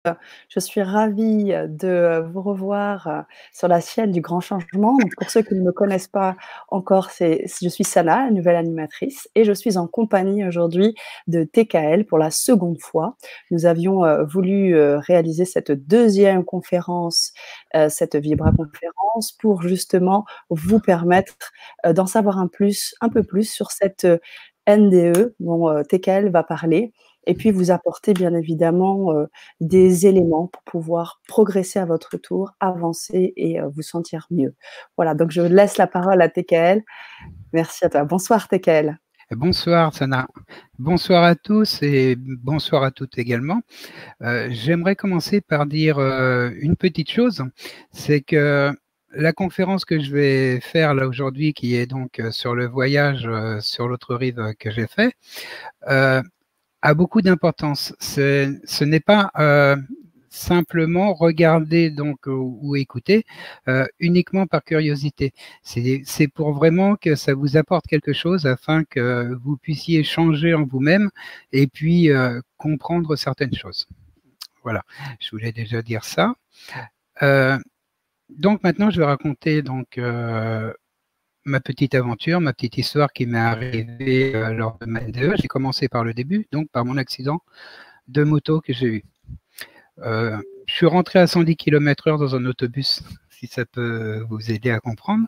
Je suis ravie de vous revoir sur la chaîne du Grand Changement. Donc, pour ceux qui ne me connaissent pas encore, je suis Sana, la nouvelle animatrice, et je suis en compagnie aujourd'hui de TKL pour la seconde fois. Nous avions voulu réaliser cette deuxième conférence, cette Vibra conférence, pour justement vous permettre d'en savoir un peu plus sur cette NDE dont TKL va parler, et puis vous apporter bien évidemment des éléments pour pouvoir progresser à votre tour, avancer et vous sentir mieux. Voilà, donc je laisse la parole à TKL. Merci à toi. Bonsoir TKL. Bonsoir Sana, bonsoir à tous et bonsoir à toutes également. J'aimerais commencer par dire une petite chose, c'est que la conférence que je vais faire là aujourd'hui, qui est donc sur le voyage sur l'autre rive que j'ai fait, a beaucoup d'importance. Ce n'est pas simplement regarder donc ou écouter uniquement par curiosité. C'est pour vraiment que ça vous apporte quelque chose afin que vous puissiez changer en vous-même et puis comprendre certaines choses. Voilà, je voulais déjà dire ça. Donc maintenant, je vais raconter donc ma petite aventure, ma petite histoire qui m'est arrivée lors de ma NDE. J'ai commencé par le début, donc par mon accident de moto que j'ai eu. Je suis rentré à 110 km/h dans un autobus, si ça peut vous aider à comprendre.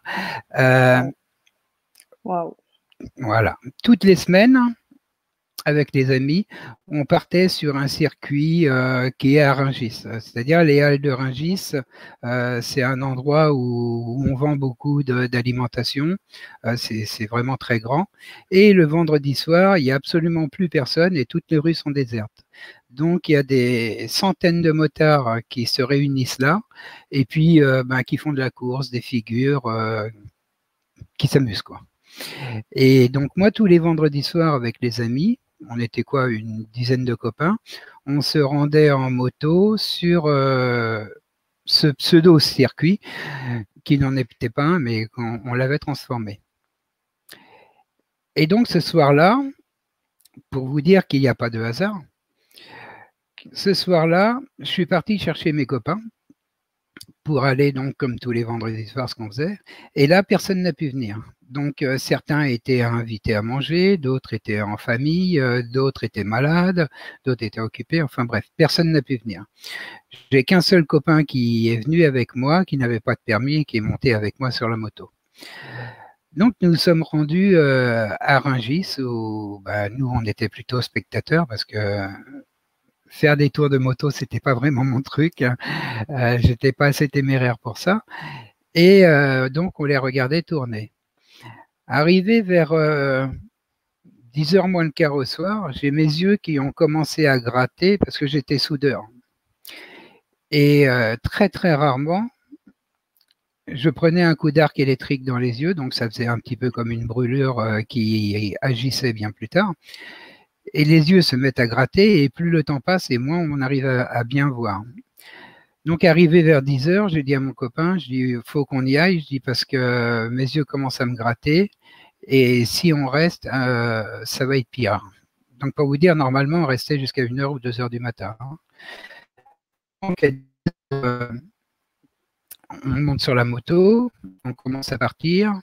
Wow. Voilà. Toutes les semaines, avec les amis, on partait sur un circuit qui est à Rungis. C'est-à-dire les Halles de Rungis, c'est un endroit où on vend beaucoup d'alimentation. C'est vraiment très grand. Et le vendredi soir, il n'y a absolument plus personne et toutes les rues sont désertes. Donc, il y a des centaines de motards qui se réunissent là et puis qui font de la course, des figures, qui s'amusent, quoi. Et donc, moi, tous les vendredis soirs avec les amis, on était quoi, une dizaine de copains, on se rendait en moto sur ce pseudo-circuit, qui n'en était pas un, mais on l'avait transformé. Et donc, ce soir-là, pour vous dire qu'il n'y a pas de hasard, ce soir-là, je suis parti chercher mes copains pour aller, donc, comme tous les vendredis soirs, ce qu'on faisait. Et là, personne n'a pu venir. Donc, certains étaient invités à manger, d'autres étaient en famille, d'autres étaient malades, d'autres étaient occupés. Enfin bref, personne n'a pu venir. J'ai qu'un seul copain qui est venu avec moi, qui n'avait pas de permis et qui est monté avec moi sur la moto. Donc, nous sommes rendus à Rungis où nous, on était plutôt spectateurs parce que faire des tours de moto, c'était pas vraiment mon truc. J'étais pas assez téméraire pour ça. Et donc, on les regardait tourner. Arrivé vers 10h moins le quart au soir, j'ai mes yeux qui ont commencé à gratter parce que j'étais soudeur. Et très, très rarement, je prenais un coup d'arc électrique dans les yeux, donc ça faisait un petit peu comme une brûlure qui agissait bien plus tard. Et les yeux se mettent à gratter et plus le temps passe et moins on arrive à bien voir. Donc arrivé vers 10h, j'ai dit à mon copain, je dis, il faut qu'on y aille, je dis, parce que mes yeux commencent à me gratter et si on reste, ça va être pire. Donc pour vous dire, normalement, on restait jusqu'à 1h ou 2h du matin. Donc, on monte sur la moto, on commence à partir.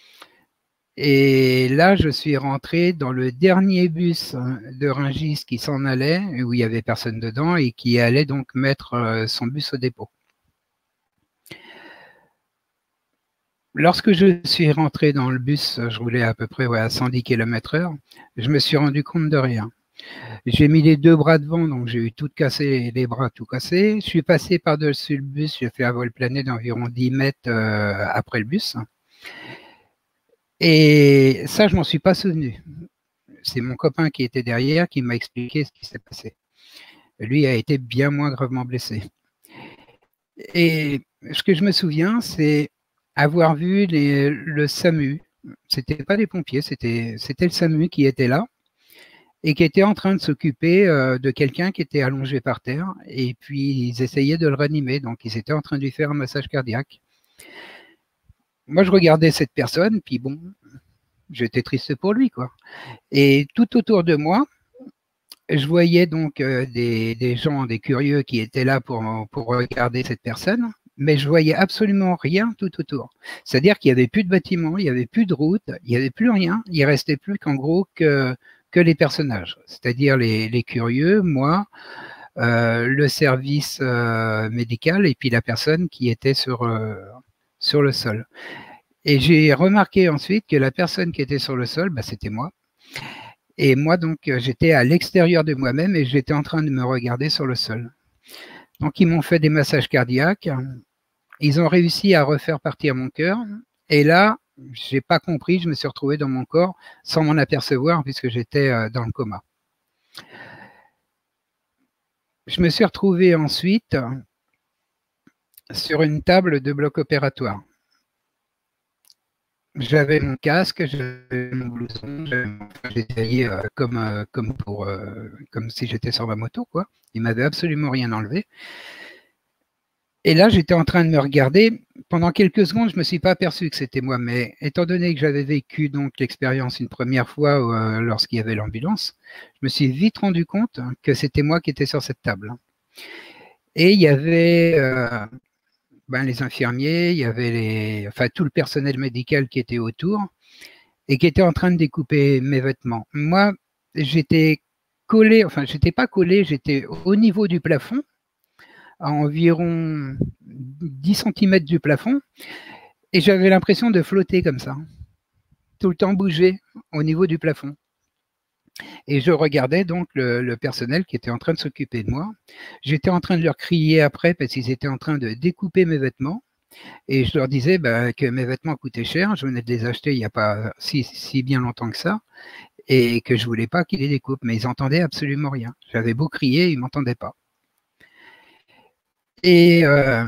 Et là, je suis rentré dans le dernier bus de Rungis qui s'en allait, où il n'y avait personne dedans, et qui allait donc mettre son bus au dépôt. Lorsque je suis rentré dans le bus, je roulais à peu près à 110 km/h, je me suis rendu compte de rien. J'ai mis les deux bras devant, donc j'ai eu tout cassé, les bras tout cassés. Je suis passé par-dessus le bus, j'ai fait un vol plané d'environ 10 mètres après le bus. Et ça, je m'en suis pas souvenu. C'est mon copain qui était derrière qui m'a expliqué ce qui s'est passé. Lui a été bien moins gravement blessé. Et ce que je me souviens, c'est avoir vu le SAMU. C'était pas les pompiers, c'était le SAMU qui était là et qui était en train de s'occuper de quelqu'un qui était allongé par terre. Et puis, ils essayaient de le ranimer. Donc, ils étaient en train de lui faire un massage cardiaque. Moi, je regardais cette personne, puis bon, j'étais triste pour lui, quoi. Et tout autour de moi, je voyais donc des gens, des curieux qui étaient là pour regarder cette personne, mais je voyais absolument rien tout autour. C'est-à-dire qu'il n'y avait plus de bâtiments, il n'y avait plus de route, il n'y avait plus rien. Il restait plus qu'en gros que les personnages, c'est-à-dire les curieux, moi, le service médical et puis la personne qui était sur le sol. Et j'ai remarqué ensuite que la personne qui était sur le sol, bah, c'était moi. Et moi, donc, j'étais à l'extérieur de moi-même et j'étais en train de me regarder sur le sol. Donc, ils m'ont fait des massages cardiaques. Ils ont réussi à refaire partir mon cœur. Et là, j'ai pas compris, je me suis retrouvé dans mon corps sans m'en apercevoir puisque j'étais dans le coma. Je me suis retrouvé ensuite sur une table de bloc opératoire. J'avais mon casque, j'avais mon blouson, j'étais habillé comme si j'étais sur ma moto, quoi. Il m'avait absolument rien enlevé. Et là, j'étais en train de me regarder. Pendant quelques secondes, je me suis pas aperçu que c'était moi, mais étant donné que j'avais vécu donc l'expérience une première fois lorsqu'il y avait l'ambulance, je me suis vite rendu compte que c'était moi qui étais sur cette table. Et il y avait les infirmiers, il y avait tout le personnel médical qui était autour et qui était en train de découper mes vêtements. Moi, j'étais collé, enfin, j'étais pas collé, j'étais au niveau du plafond, à environ 10 cm du plafond, et j'avais l'impression de flotter comme ça, tout le temps bouger au niveau du plafond. Et je regardais donc le personnel qui était en train de s'occuper de moi. J'étais en train de leur crier après parce qu'ils étaient en train de découper mes vêtements. Et je leur disais que mes vêtements coûtaient cher, je venais de les acheter il n'y a pas si bien longtemps que ça, et que je ne voulais pas qu'ils les découpent, mais ils n'entendaient absolument rien. J'avais beau crier, ils ne m'entendaient pas. Et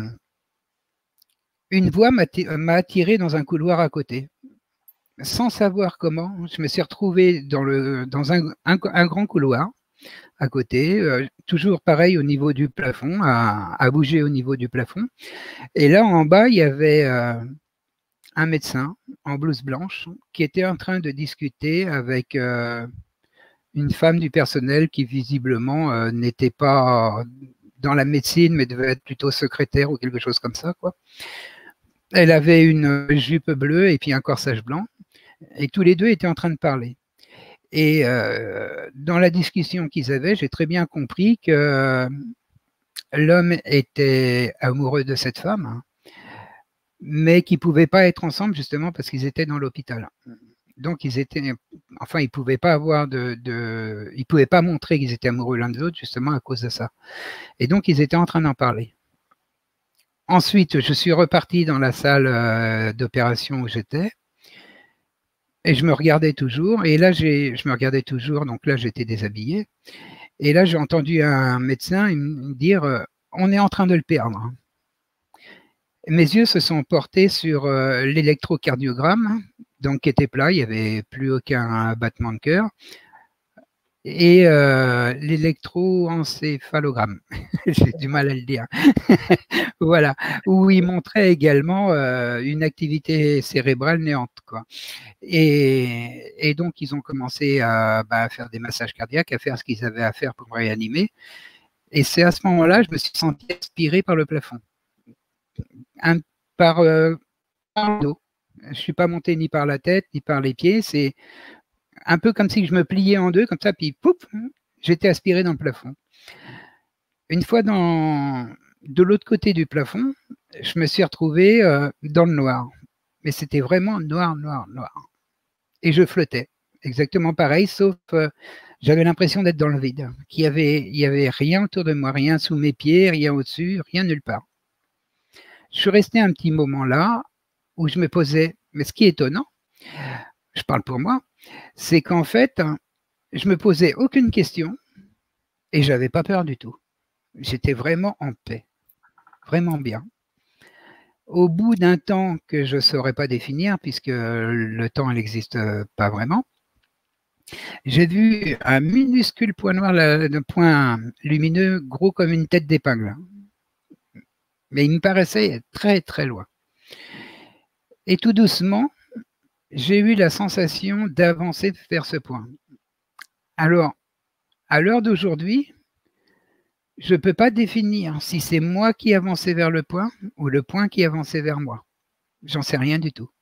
une voix m'a attiré dans un couloir à côté. Sans savoir comment, je me suis retrouvé dans un grand couloir à côté, toujours pareil au niveau du plafond, à bouger au niveau du plafond. Et là, en bas, il y avait un médecin en blouse blanche qui était en train de discuter avec une femme du personnel qui visiblement n'était pas dans la médecine, mais devait être plutôt secrétaire ou quelque chose comme ça, quoi. Elle avait une jupe bleue et puis un corsage blanc, et tous les deux étaient en train de parler. Et dans la discussion qu'ils avaient, j'ai très bien compris que l'homme était amoureux de cette femme, mais qu'ils ne pouvaient pas être ensemble justement parce qu'ils étaient dans l'hôpital. Donc ils pouvaient pas ils pouvaient pas montrer qu'ils étaient amoureux l'un de l'autre justement à cause de ça. Et donc ils étaient en train d'en parler. Ensuite, je suis reparti dans la salle d'opération où j'étais et je me regardais toujours. Et là, je me regardais toujours, donc là j'étais déshabillé. Et là, j'ai entendu un médecin me dire on est en train de le perdre. Mes yeux se sont portés sur l'électrocardiogramme, donc qui était plat, il n'y avait plus aucun battement de cœur, et l'électroencéphalogramme, j'ai du mal à le dire, voilà, où il montrait également une activité cérébrale néante, quoi. Et donc, ils ont commencé à faire des massages cardiaques, à faire ce qu'ils avaient à faire pour me réanimer. Et c'est à ce moment-là, je me suis senti aspiré par le plafond. Par le dos. Je ne suis pas monté ni par la tête, ni par les pieds. C'est un peu comme si je me pliais en deux, comme ça, puis poup, j'étais aspiré dans le plafond. Une fois de l'autre côté du plafond, je me suis retrouvé dans le noir. Mais c'était vraiment noir, noir, noir. Et je flottais. Exactement pareil, sauf j'avais l'impression d'être dans le vide. Il y avait rien autour de moi, rien sous mes pieds, rien au-dessus, rien nulle part. Je suis resté un petit moment là où je me posais, mais ce qui est étonnant, je parle pour moi, c'est qu'en fait, je me posais aucune question et j'avais pas peur du tout. J'étais vraiment en paix, vraiment bien. Au bout d'un temps que je ne saurais pas définir, puisque le temps n'existe pas vraiment, j'ai vu un minuscule point noir, un point lumineux, gros comme une tête d'épingle. Mais il me paraissait très très loin. Et tout doucement, j'ai eu la sensation d'avancer vers ce point. Alors, à l'heure d'aujourd'hui, je ne peux pas définir si c'est moi qui avançais vers le point ou le point qui avançait vers moi. J'en sais rien du tout.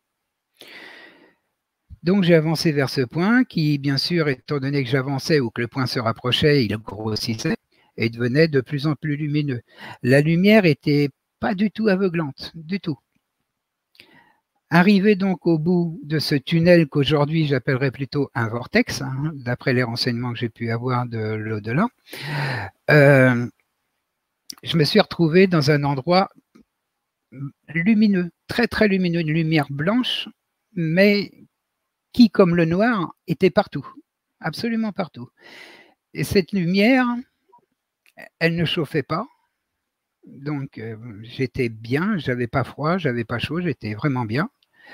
Donc j'ai avancé vers ce point qui, bien sûr, étant donné que j'avançais ou que le point se rapprochait, il grossissait et devenait de plus en plus lumineux. La lumière était pas du tout aveuglante, du tout. Arrivé donc au bout de ce tunnel qu'aujourd'hui j'appellerais plutôt un vortex, hein, d'après les renseignements que j'ai pu avoir de l'au-delà, je me suis retrouvé dans un endroit lumineux, très très lumineux, une lumière blanche, mais qui, comme le noir, était partout, absolument partout. Et cette lumière, elle ne chauffait pas, donc j'étais bien, j'avais pas froid, j'avais pas chaud, j'étais vraiment bien.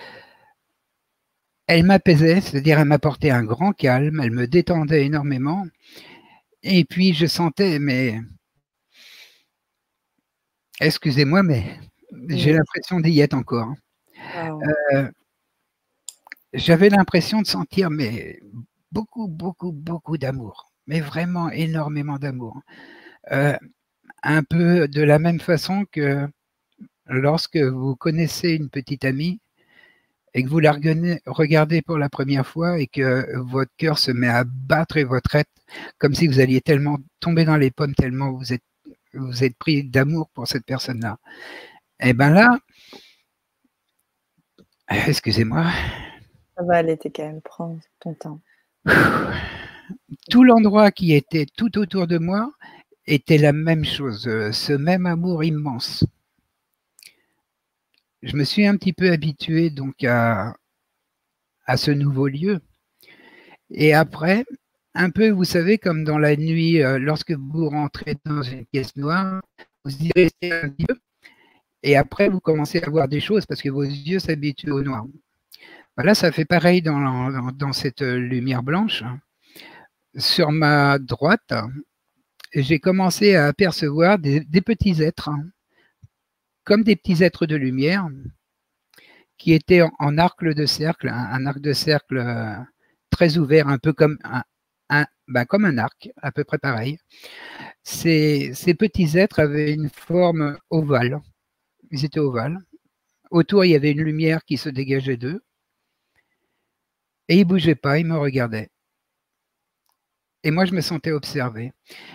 Elle m'apaisait, c'est-à-dire elle m'apportait un grand calme, elle me détendait énormément. Et puis je sentais, mais excusez-moi, mais j'ai l'impression d'y être encore. Wow. J'avais l'impression de sentir mais beaucoup, beaucoup, beaucoup d'amour, mais vraiment énormément d'amour. Un peu de la même façon que lorsque vous connaissez une petite amie et que vous la regardez pour la première fois et que votre cœur se met à battre et votre être comme si vous alliez tellement tomber dans les pommes, tellement vous êtes pris d'amour pour cette personne-là. Et bien là, excusez-moi. Ça va aller, t'es calme, prends ton temps. Tout l'endroit qui était tout autour de moi était la même chose, ce même amour immense. Je me suis un petit peu habitué donc à ce nouveau lieu. Et après, un peu, vous savez, comme dans la nuit, lorsque vous rentrez dans une pièce noire, vous y restez un petit peu, et après, vous commencez à voir des choses parce que vos yeux s'habituent au noir. Voilà, ça fait pareil dans cette lumière blanche. Sur ma droite, j'ai commencé à apercevoir des petits êtres, comme des petits êtres de lumière, qui étaient en arc de cercle, un arc de cercle très ouvert, un peu comme comme un arc, à peu près pareil. Ces petits êtres avaient une forme ovale. Ils étaient ovales. Autour, il y avait une lumière qui se dégageait d'eux. Et ils ne bougeaient pas, ils me regardaient. Et moi, je me sentais observé.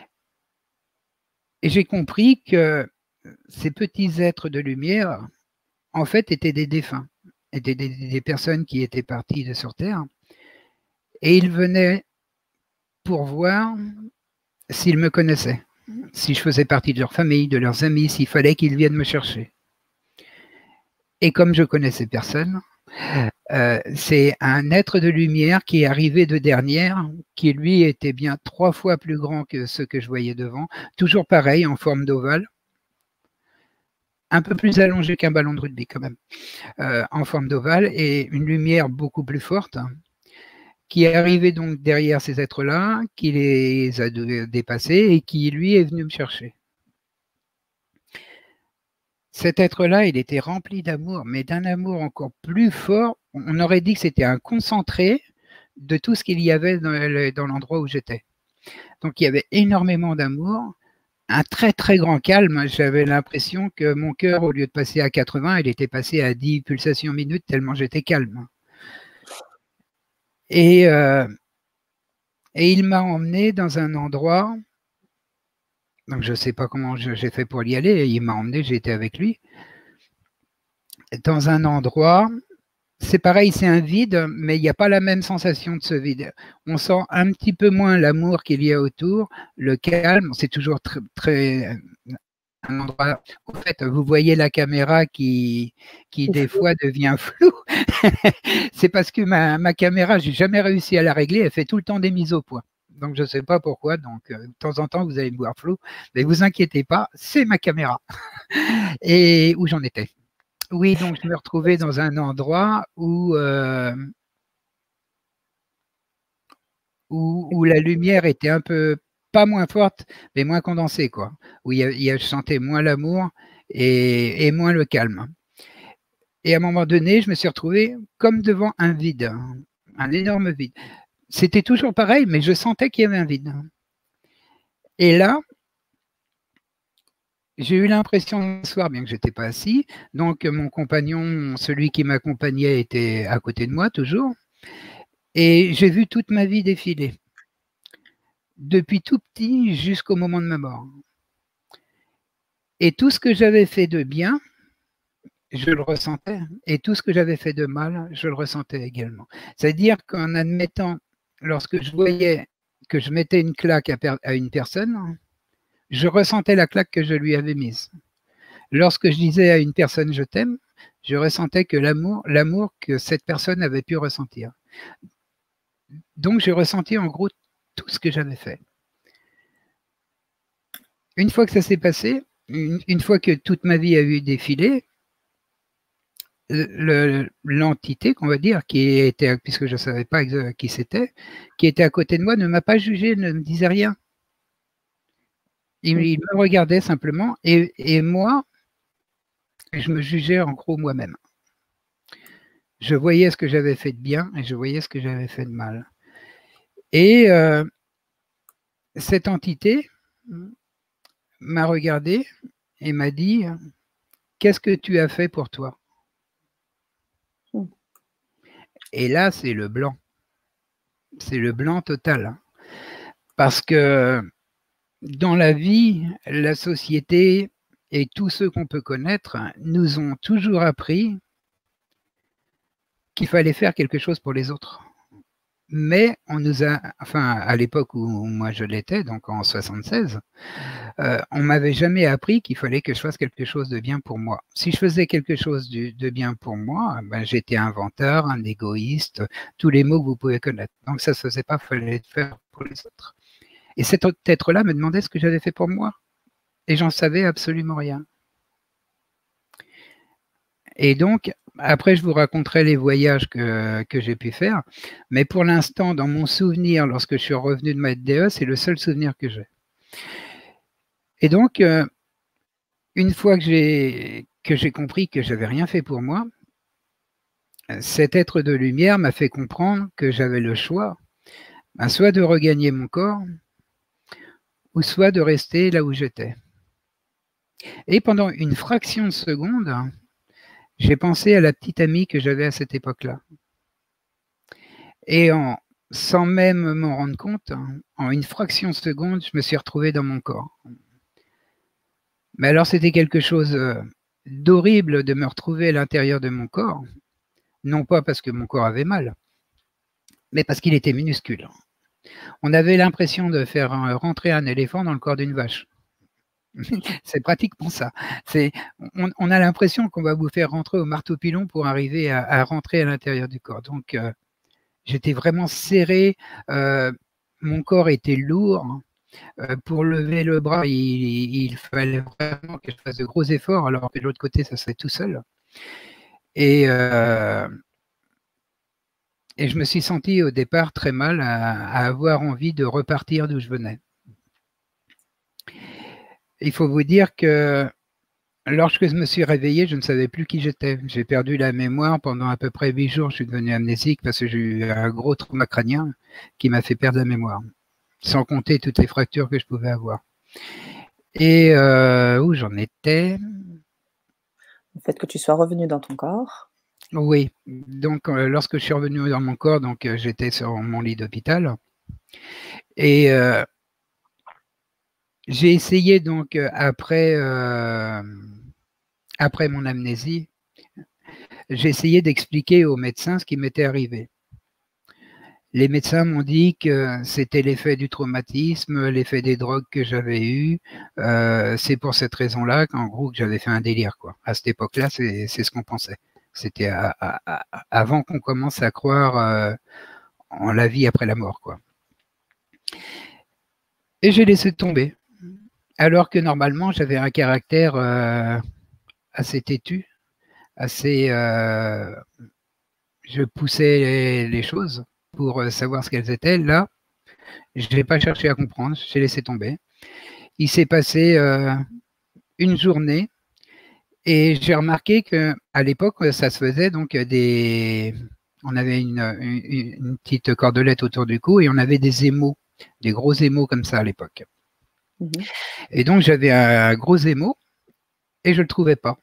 Et j'ai compris que ces petits êtres de lumière, en fait, étaient des défunts, étaient des personnes qui étaient parties de sur Terre. Et ils venaient pour voir s'ils me connaissaient, si je faisais partie de leur famille, de leurs amis, s'il fallait qu'ils viennent me chercher. Et comme je connaissais personne, c'est un être de lumière qui est arrivé de dernière, qui lui était bien 3 fois plus grand que ceux que je voyais devant, toujours pareil, en forme d'ovale, un peu plus allongé qu'un ballon de rugby quand même, en forme d'ovale, et une lumière beaucoup plus forte, qui est arrivé donc derrière ces êtres-là, qui les a dépassés et qui, lui, est venu me chercher. Cet être-là, il était rempli d'amour, mais d'un amour encore plus fort. On aurait dit que c'était un concentré de tout ce qu'il y avait dans l'endroit où j'étais. Donc, il y avait énormément d'amour, un très, très grand calme. J'avais l'impression que mon cœur, au lieu de passer à 80, il était passé à 10 pulsations minutes, tellement j'étais calme. Et il m'a emmené dans un endroit, donc je ne sais pas comment j'ai fait pour y aller, il m'a emmené, j'ai été avec lui, dans un endroit, c'est pareil, c'est un vide, mais il n'y a pas la même sensation de ce vide. On sent un petit peu moins l'amour qu'il y a autour, le calme, c'est toujours très un endroit. En fait, vous voyez la caméra qui des fois devient floue. C'est parce que ma caméra, j'ai jamais réussi à la régler, elle fait tout le temps des mises au point. Donc je ne sais pas pourquoi, donc de temps en temps vous allez me voir flou, mais vous inquiétez pas, c'est ma caméra. Et où j'en étais. Oui, donc je me retrouvais dans un endroit où la lumière était un peu, pas moins forte, mais moins condensée, quoi. Où je sentais moins l'amour et moins le calme. Et à un moment donné, je me suis retrouvé comme devant un vide, un énorme vide. C'était toujours pareil, mais je sentais qu'il y avait un vide. Et là, j'ai eu l'impression ce soir, bien que je n'étais pas assis, donc mon compagnon, celui qui m'accompagnait, était à côté de moi toujours, et j'ai vu toute ma vie défiler, depuis tout petit jusqu'au moment de ma mort. Et tout ce que j'avais fait de bien, je le ressentais, et tout ce que j'avais fait de mal, je le ressentais également. C'est-à-dire qu'en admettant, lorsque je voyais que je mettais une claque à une personne, je ressentais la claque que je lui avais mise. Lorsque je disais à une personne je t'aime, je ressentais que l'amour que cette personne avait pu ressentir. Donc j'ai ressenti en gros tout ce que j'avais fait. Une fois que ça s'est passé, une fois que toute ma vie a eu défilé, l'entité, qu'on va dire, qui était, puisque je ne savais pas qui c'était, qui était à côté de moi, ne m'a pas jugé, ne me disait rien. Il me regardait simplement, et moi, je me jugeais en gros moi-même. Je voyais ce que j'avais fait de bien et je voyais ce que j'avais fait de mal. Et cette entité m'a regardé et m'a dit « Qu'est-ce que tu as fait pour toi ?» Et là, c'est le blanc. C'est le blanc total. Parce que dans la vie, la société et tous ceux qu'on peut connaître nous ont toujours appris qu'il fallait faire quelque chose pour les autres. Mais on nous a, enfin à l'époque où moi je l'étais, donc en 76, on m'avait jamais appris qu'il fallait que je fasse quelque chose de bien pour moi. Si je faisais quelque chose de bien pour moi, ben, j'étais un vantard, un égoïste, tous les mots que vous pouvez connaître. Donc ça se faisait pas, il fallait le faire pour les autres. Et cet être-là me demandait ce que j'avais fait pour moi. Et j'en savais absolument rien. Et donc, après, je vous raconterai les voyages que j'ai pu faire. Mais pour l'instant, dans mon souvenir, lorsque je suis revenu de ma DE, c'est le seul souvenir que j'ai. Et donc, une fois que j'ai compris que j'avais rien fait pour moi, cet être de lumière m'a fait comprendre que j'avais le choix, soit de regagner mon corps, ou soit de rester là où j'étais. Et pendant une fraction de seconde, j'ai pensé à la petite amie que j'avais à cette époque-là. Et sans même m'en rendre compte, en une fraction de seconde, je me suis retrouvé dans mon corps. Mais alors, c'était quelque chose d'horrible de me retrouver à l'intérieur de mon corps, non pas parce que mon corps avait mal, mais parce qu'il était minuscule. On avait l'impression de faire rentrer un éléphant dans le corps d'une vache. C'est pratiquement ça. On a l'impression qu'on va vous faire rentrer au marteau-pilon pour arriver à rentrer à l'intérieur du corps. Donc, j'étais vraiment serré, mon corps était lourd. Pour lever le bras, il fallait vraiment que je fasse de gros efforts, alors que de l'autre côté, ça se fait tout seul. Et je me suis senti au départ très mal à avoir envie de repartir d'où je venais. Il faut vous dire que lorsque je me suis réveillé, je ne savais plus qui j'étais. J'ai perdu la mémoire pendant à peu près 8 jours. Je suis devenu amnésique parce que j'ai eu un gros trauma crânien qui m'a fait perdre la mémoire, sans compter toutes les fractures que je pouvais avoir. Et où j'en étais? Le fait que tu sois revenu dans ton corps. Oui, donc lorsque je suis revenu dans mon corps, donc j'étais sur mon lit d'hôpital. Et j'ai essayé donc après mon amnésie, j'ai essayé d'expliquer aux médecins ce qui m'était arrivé. Les médecins m'ont dit que c'était l'effet du traumatisme, l'effet des drogues que j'avais eu. C'est pour cette raison-là qu'en gros que j'avais fait un délire, quoi. À cette époque-là, c'est ce qu'on pensait. C'était avant qu'on commence à croire en la vie après la mort, quoi. Et j'ai laissé tomber. Alors que normalement, j'avais un caractère assez têtu, assez... je poussais les choses pour savoir ce qu'elles étaient. Là, je n'ai pas cherché à comprendre, j'ai laissé tomber. Il s'est passé une journée et j'ai remarqué qu'à l'époque, ça se faisait donc on avait une petite cordelette autour du cou et on avait des émaux, des gros émaux comme ça à l'époque. Et donc, j'avais un gros émo et je ne le trouvais pas.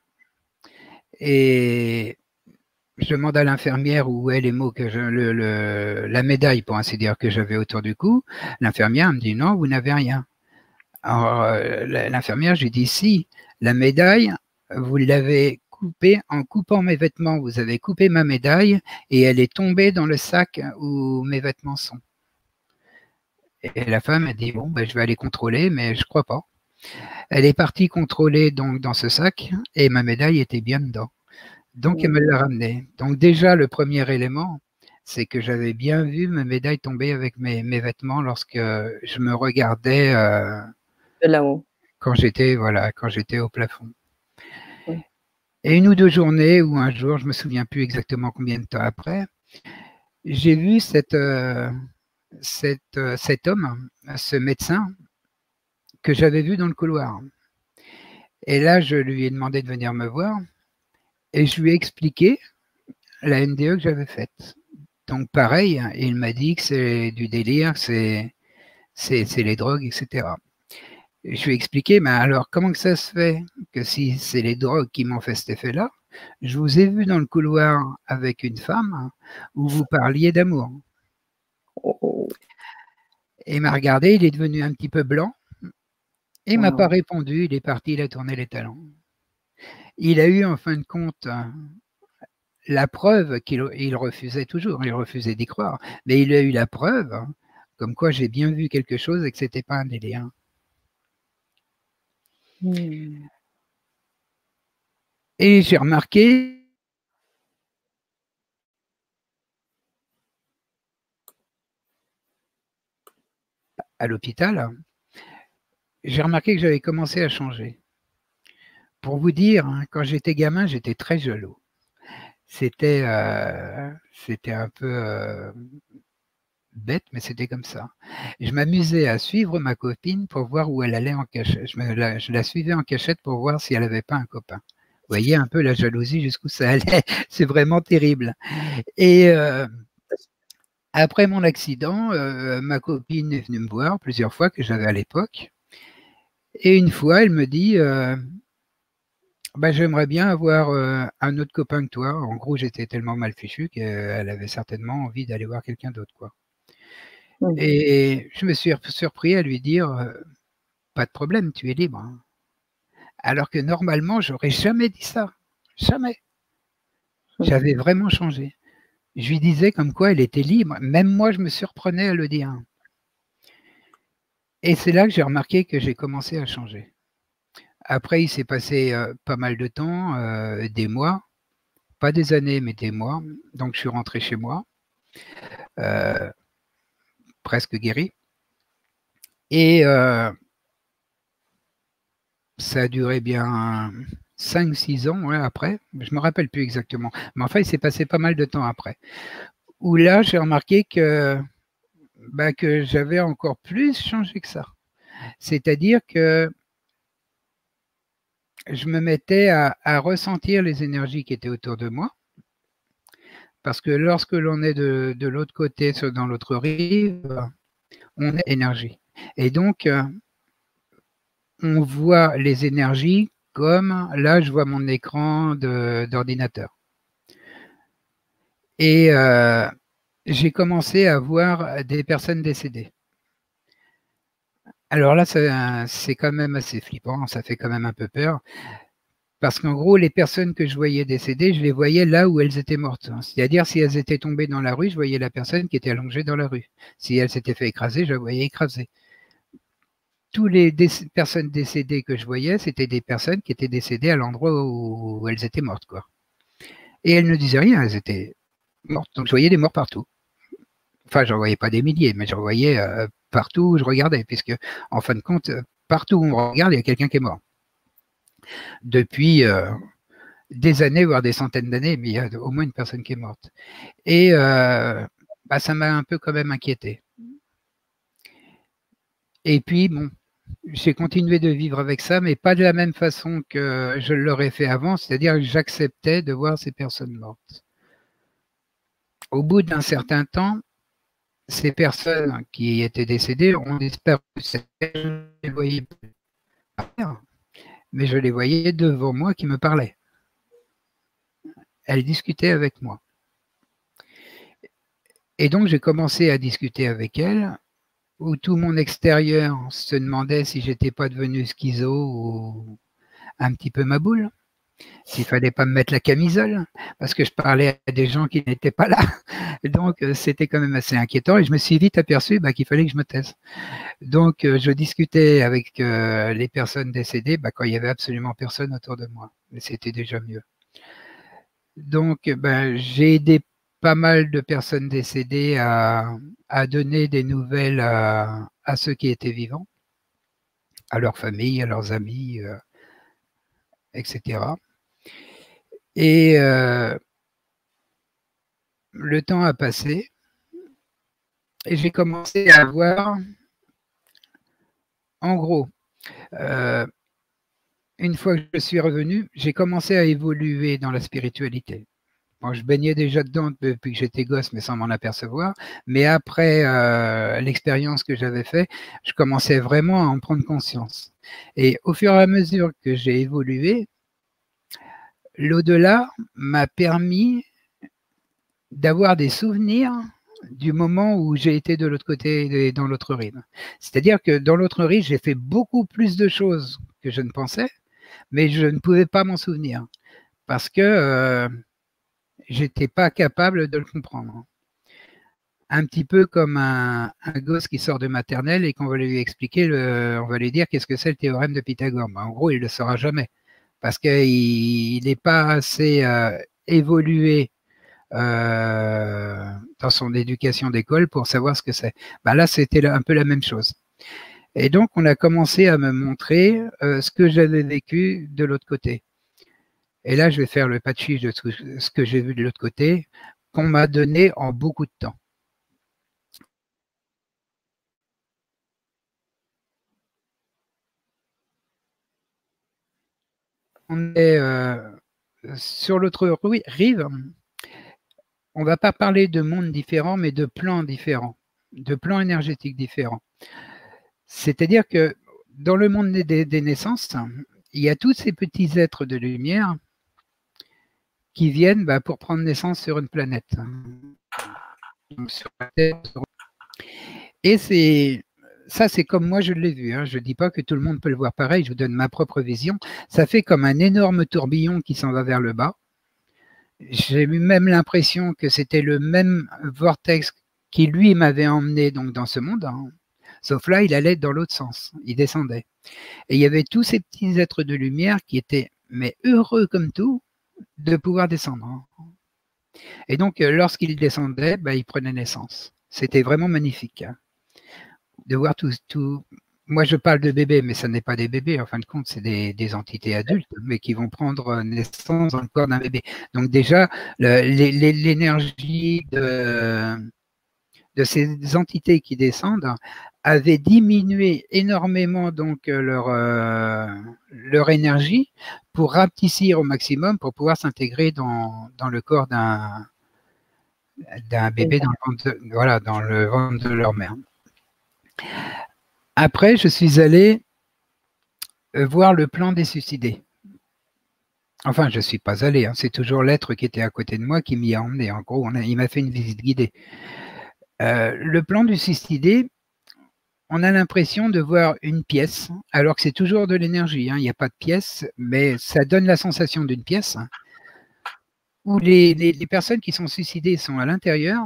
Et je demande à l'infirmière où est l'émo que la médaille, pour ainsi dire, que j'avais autour du cou. L'infirmière me dit non, vous n'avez rien. Alors, l'infirmière, je lui dis si, la médaille, vous l'avez coupée en coupant mes vêtements. Vous avez coupé ma médaille et elle est tombée dans le sac où mes vêtements sont. Et la femme a dit bon, ben, je vais aller contrôler, mais je crois pas. Elle est partie contrôler donc dans ce sac et ma médaille était bien dedans. Donc, elle me l'a ramenée. Donc, déjà, le premier élément, c'est que j'avais bien vu ma médaille tomber avec mes vêtements lorsque je me regardais de là-haut. Quand j'étais au plafond. Et une ou deux journées ou un jour, je me souviens plus exactement combien de temps après, j'ai vu cet homme, ce médecin que j'avais vu dans le couloir. Et là, je lui ai demandé de venir me voir et je lui ai expliqué la NDE que j'avais faite. Donc pareil, il m'a dit que c'est du délire, c'est les drogues, etc. Je lui ai expliqué, mais alors comment que ça se fait que si c'est les drogues qui m'ont fait cet effet-là, je vous ai vu dans le couloir avec une femme où vous parliez d'amour. Et il m'a regardé, il est devenu un petit peu blanc et il m'a pas répondu, il est parti, il a tourné les talons. Il a eu en fin de compte la preuve qu'il refusait toujours, il refusait d'y croire, mais il a eu la preuve comme quoi j'ai bien vu quelque chose et que c'était pas un délire. Et j'ai remarqué à l'hôpital, j'ai remarqué que j'avais commencé à changer. Pour vous dire, quand j'étais gamin, j'étais très jaloux. C'était un peu bête, mais c'était comme ça. Je m'amusais à suivre ma copine pour voir où elle allait en cachette. Je la suivais en cachette pour voir si elle n'avait pas un copain. Vous voyez un peu la jalousie jusqu'où ça allait. C'est vraiment terrible. Et après mon accident, ma copine est venue me voir plusieurs fois que j'avais à l'époque. Et une fois, elle me dit bah, j'aimerais bien avoir un autre copain que toi. En gros, j'étais tellement mal fichu qu'elle avait certainement envie d'aller voir quelqu'un d'autre, quoi. Et je me suis surpris à lui dire pas de problème, tu es libre. Alors que normalement, j'aurais jamais dit ça. Jamais. J'avais vraiment changé. Je lui disais comme quoi elle était libre. Même moi, je me surprenais à le dire. Et c'est là que j'ai remarqué que j'ai commencé à changer. Après, il s'est passé pas mal de temps, des mois, pas des années, mais des mois. Donc, je suis rentré chez moi, presque guéri. Et ça a duré bien 5-6 ans après. Je ne me rappelle plus exactement. Mais enfin, il s'est passé pas mal de temps après. Où là, j'ai remarqué que j'avais encore plus changé que ça. C'est-à-dire que je me mettais à ressentir les énergies qui étaient autour de moi. Parce que lorsque l'on est de l'autre côté, dans l'autre rive, on est énergie. Et donc, on voit les énergies comme, là, je vois mon écran d'ordinateur. Et j'ai commencé à voir des personnes décédées. Alors là, c'est quand même assez flippant, ça fait quand même un peu peur. Parce qu'en gros, les personnes que je voyais décédées, je les voyais là où elles étaient mortes. C'est-à-dire, si elles étaient tombées dans la rue, je voyais la personne qui était allongée dans la rue. Si elle s'était fait écraser, je la voyais écrasée. Toutes les personnes décédées que je voyais, c'était des personnes qui étaient décédées à l'endroit où elles étaient mortes, quoi. Et elles ne disaient rien, elles étaient mortes. Donc, je voyais des morts partout. Enfin, j'en voyais pas des milliers, mais j'en voyais partout où je regardais, puisque, en fin de compte, partout où on regarde, il y a quelqu'un qui est mort. Depuis des années, voire des centaines d'années, mais il y a au moins une personne qui est morte. Et ça m'a un peu quand même inquiété. Et puis, bon, j'ai continué de vivre avec ça, mais pas de la même façon que je l'aurais fait avant, c'est-à-dire que j'acceptais de voir ces personnes mortes. Au bout d'un certain temps, ces personnes qui étaient décédées ont disparu. Je les voyais pas, mais je les voyais devant moi qui me parlaient. Elles discutaient avec moi. Et donc, j'ai commencé à discuter avec elles, où tout mon extérieur se demandait si j'étais pas devenu schizo ou un petit peu ma boule, s'il fallait pas me mettre la camisole, parce que je parlais à des gens qui n'étaient pas là. Donc, c'était quand même assez inquiétant et je me suis vite aperçu qu'il fallait que je me taise. Donc, je discutais avec les personnes décédées quand il y avait absolument personne autour de moi. Mais c'était déjà mieux. Donc, j'ai aidé pas mal de personnes décédées à donner des nouvelles à ceux qui étaient vivants, à leurs familles, à leurs amis, etc. Et le temps a passé et j'ai commencé à voir, en gros, une fois que je suis revenu, j'ai commencé à évoluer dans la spiritualité. Bon, je baignais déjà dedans depuis que j'étais gosse, mais sans m'en apercevoir. Mais après l'expérience que j'avais faite, je commençais vraiment à en prendre conscience. Et au fur et à mesure que j'ai évolué, l'au-delà m'a permis d'avoir des souvenirs du moment où j'ai été de l'autre côté, dans l'autre rive. C'est-à-dire que dans l'autre rive, j'ai fait beaucoup plus de choses que je ne pensais, mais je ne pouvais pas m'en souvenir parce que j'étais pas capable de le comprendre. Un petit peu comme un gosse qui sort de maternelle et qu'on va lui expliquer, on va lui dire qu'est-ce que c'est le théorème de Pythagore. En gros, il ne le saura jamais parce qu'il n'est pas assez évolué dans son éducation d'école pour savoir ce que c'est. Là, c'était un peu la même chose. Et donc, on a commencé à me montrer ce que j'avais vécu de l'autre côté. Et là, je vais faire le patchy de ce que j'ai vu de l'autre côté, qu'on m'a donné en beaucoup de temps. On est sur l'autre rive. On ne va pas parler de mondes différents, mais de plans différents, de plans énergétiques différents. C'est-à-dire que dans le monde des naissances, il y a tous ces petits êtres de lumière qui viennent pour prendre naissance sur une planète. Donc sur la Terre. Et ça, c'est comme moi je l'ai vu. Je ne dis pas que tout le monde peut le voir pareil, je vous donne ma propre vision. Ça fait comme un énorme tourbillon qui s'en va vers le bas. J'ai eu même l'impression que c'était le même vortex qui, lui, m'avait emmené donc dans ce monde. Sauf là, il allait dans l'autre sens. Il descendait. Et il y avait tous ces petits êtres de lumière qui étaient, mais heureux comme tout, de pouvoir descendre. Et donc, lorsqu'ils descendaient, ils prenaient naissance. C'était vraiment magnifique. De voir tout. Moi, je parle de bébés, mais ce n'est pas des bébés. En fin de compte, c'est des entités adultes, mais qui vont prendre naissance dans le corps d'un bébé. Donc déjà, l'énergie de ces entités qui descendent avait diminué énormément donc leur énergie pour rapetissir au maximum pour pouvoir s'intégrer dans le corps d'un bébé dans le ventre de leur mère. Après, je suis allé voir le plan des suicidés. Enfin, je ne suis pas allé, c'est toujours l'être qui était à côté de moi qui m'y a emmené. En gros, il m'a fait une visite guidée. Le plan du suicidé, on a l'impression de voir une pièce, alors que c'est toujours de l'énergie. Il n'y a pas de pièce, mais ça donne la sensation d'une pièce où les personnes qui sont suicidées sont à l'intérieur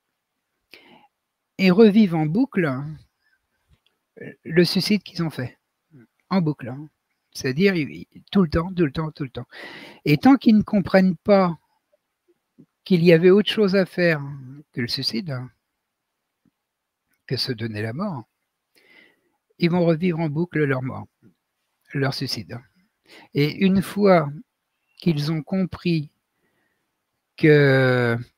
et revivent en boucle le suicide qu'ils ont fait. En boucle. C'est-à-dire tout le temps, tout le temps, tout le temps. Et tant qu'ils ne comprennent pas qu'il y avait autre chose à faire que le suicide, que se donner la mort, ils vont revivre en boucle leur mort, leur suicide. Et une fois qu'ils ont compris qu'il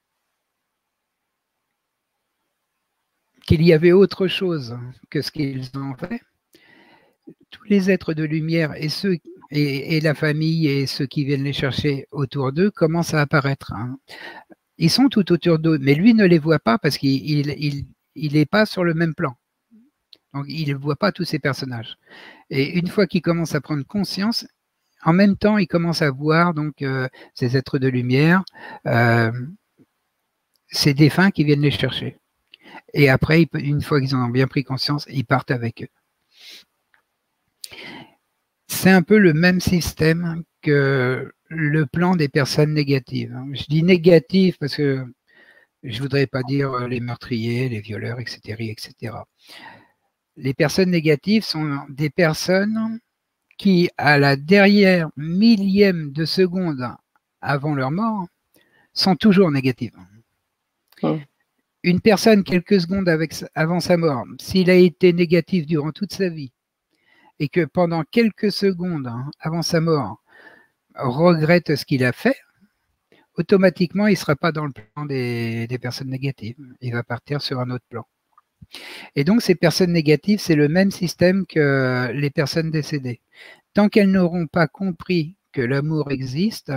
y avait autre chose que ce qu'ils ont fait, tous les êtres de lumière et la famille et ceux qui viennent les chercher autour d'eux commencent à apparaître. Ils sont tout autour d'eux, mais lui ne les voit pas parce qu'il n'est pas sur le même plan. Donc, il ne voit pas tous ces personnages. Et une fois qu'il commence à prendre conscience, en même temps, il commence à voir donc ces êtres de lumière, ces défunts qui viennent les chercher. Et après, une fois qu'ils en ont bien pris conscience, ils partent avec eux. C'est un peu le même système que le plan des personnes négatives. Je dis négatives parce que je ne voudrais pas dire les meurtriers, les violeurs, etc., etc. Les personnes négatives sont des personnes qui, à la dernière millième de seconde avant leur mort, sont toujours négatives. Une personne, quelques secondes avant sa mort, s'il a été négatif durant toute sa vie, et que pendant quelques secondes avant sa mort, regrette ce qu'il a fait, automatiquement, il ne sera pas dans le plan des personnes négatives. Il va partir sur un autre plan. Et donc, ces personnes négatives, c'est le même système que les personnes décédées. Tant qu'elles n'auront pas compris que l'amour existe,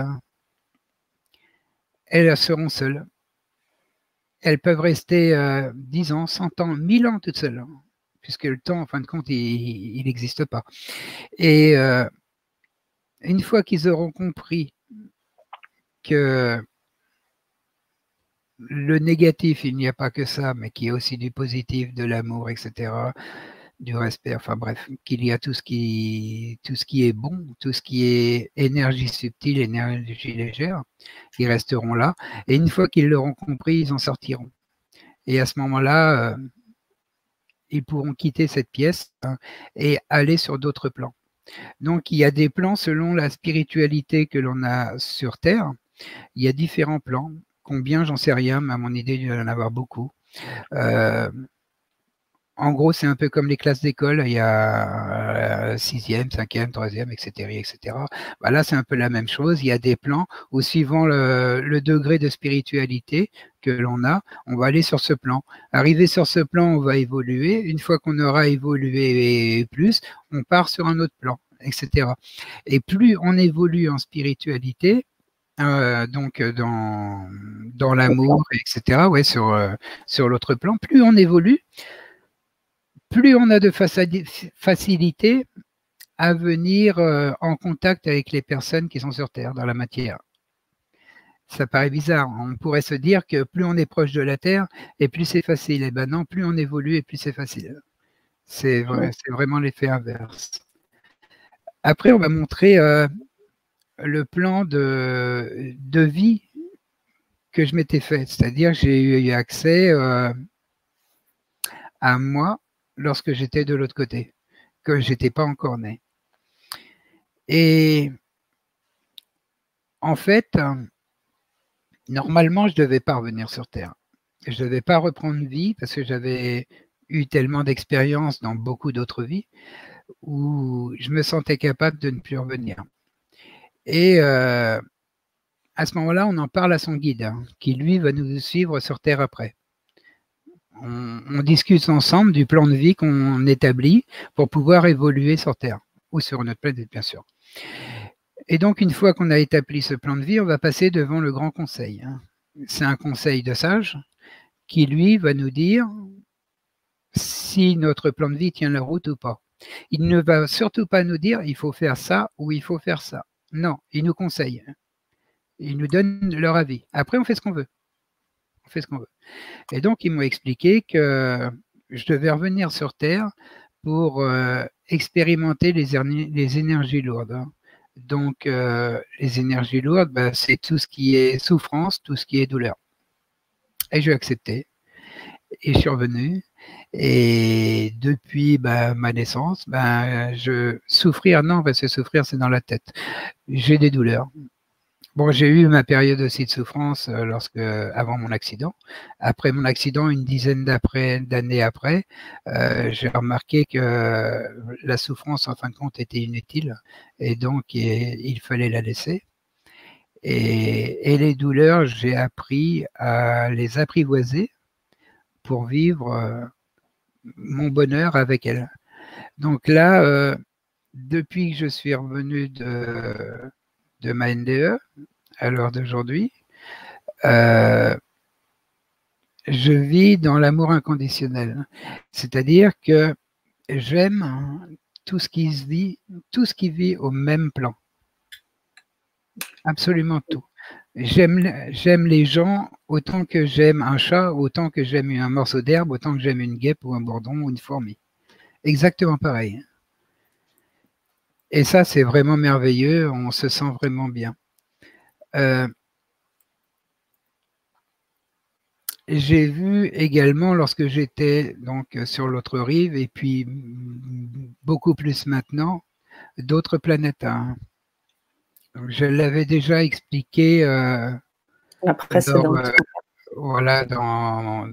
elles seront seules. Elles peuvent rester 10 ans, 100 ans, 1000 ans toutes seules, puisque le temps, en fin de compte, il n'existe pas. Et une fois qu'ils auront compris que le négatif, il n'y a pas que ça, mais qu'il y a aussi du positif, de l'amour, etc., du respect, enfin bref, qu'il y a tout ce qui est bon, tout ce qui est énergie subtile, énergie légère, ils resteront là. Et une fois qu'ils l'auront compris, ils en sortiront. Et à ce moment-là, ils pourront quitter cette pièce et aller sur d'autres plans. Donc, il y a des plans selon la spiritualité que l'on a sur Terre. Il y a différents plans. Combien, j'en sais rien, mais à mon idée, il doit y en avoir beaucoup. En gros, c'est un peu comme les classes d'école. Il y a 6e, 5e, 3e, etc. etc. Bah là, c'est un peu la même chose. Il y a des plans où, suivant le degré de spiritualité que l'on a, on va aller sur ce plan. Arrivé sur ce plan, on va évoluer. Une fois qu'on aura évolué plus, on part sur un autre plan, etc. Et plus on évolue en spiritualité, donc dans l'amour, etc., ouais, sur l'autre plan, plus on évolue, plus on a de facilité à venir en contact avec les personnes qui sont sur Terre, dans la matière. Ça paraît bizarre. On pourrait se dire que plus on est proche de la Terre, et plus c'est facile. Et ben non, plus on évolue, et plus c'est facile. C'est vraiment l'effet inverse. Après, on va montrer le plan de vie que je m'étais fait. C'est-à-dire que j'ai eu accès à moi lorsque j'étais de l'autre côté, que je n'étais pas encore né. Et en fait, normalement, je ne devais pas revenir sur Terre. Je ne devais pas reprendre vie parce que j'avais eu tellement d'expériences dans beaucoup d'autres vies où je me sentais capable de ne plus revenir. Et à ce moment-là, on en parle à son guide, qui lui va nous suivre sur Terre après. On discute ensemble du plan de vie qu'on établit pour pouvoir évoluer sur Terre ou sur notre planète, bien sûr. Et donc, une fois qu'on a établi ce plan de vie, on va passer devant le grand conseil. C'est un conseil de sages qui, lui, va nous dire si notre plan de vie tient la route ou pas. Il ne va surtout pas nous dire il faut faire ça ou il faut faire ça. Non, il nous conseille. Ils nous donnent leur avis. Après, on fait ce qu'on veut. On fait ce qu'on veut. Et donc, ils m'ont expliqué que je devais revenir sur Terre pour expérimenter les énergies lourdes. Donc, les énergies lourdes, bah, c'est tout ce qui est souffrance, tout ce qui est douleur. Et j'ai accepté. Et je suis revenu. Et depuis ma naissance, souffrir, non, parce que souffrir, c'est dans la tête. J'ai des douleurs. Bon, j'ai eu ma période aussi de souffrance avant mon accident. Après mon accident, une dizaine d'années après, j'ai remarqué que la souffrance, en fin de compte, était inutile et donc il fallait la laisser. Et les douleurs, j'ai appris à les apprivoiser pour vivre mon bonheur avec elles. Donc là, depuis que je suis revenu de ma NDE, à l'heure d'aujourd'hui, je vis dans l'amour inconditionnel. C'est-à-dire que j'aime tout ce qui vit au même plan. Absolument tout. J'aime les gens autant que j'aime un chat, autant que j'aime un morceau d'herbe, autant que j'aime une guêpe ou un bourdon ou une fourmi. Exactement pareil. Et ça, c'est vraiment merveilleux, on se sent vraiment bien. J'ai vu également, lorsque j'étais donc sur l'autre rive, et puis beaucoup plus maintenant, d'autres planètes. Hein. Je l'avais déjà expliqué La précédente. voilà, dans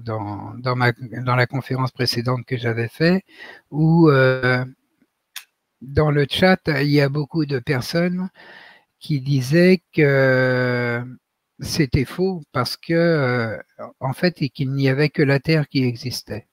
la conférence précédente que j'avais faite, où dans le chat, il y a beaucoup de personnes qui disaient que c'était faux parce que, en fait, qu'il n'y avait que la Terre qui existait.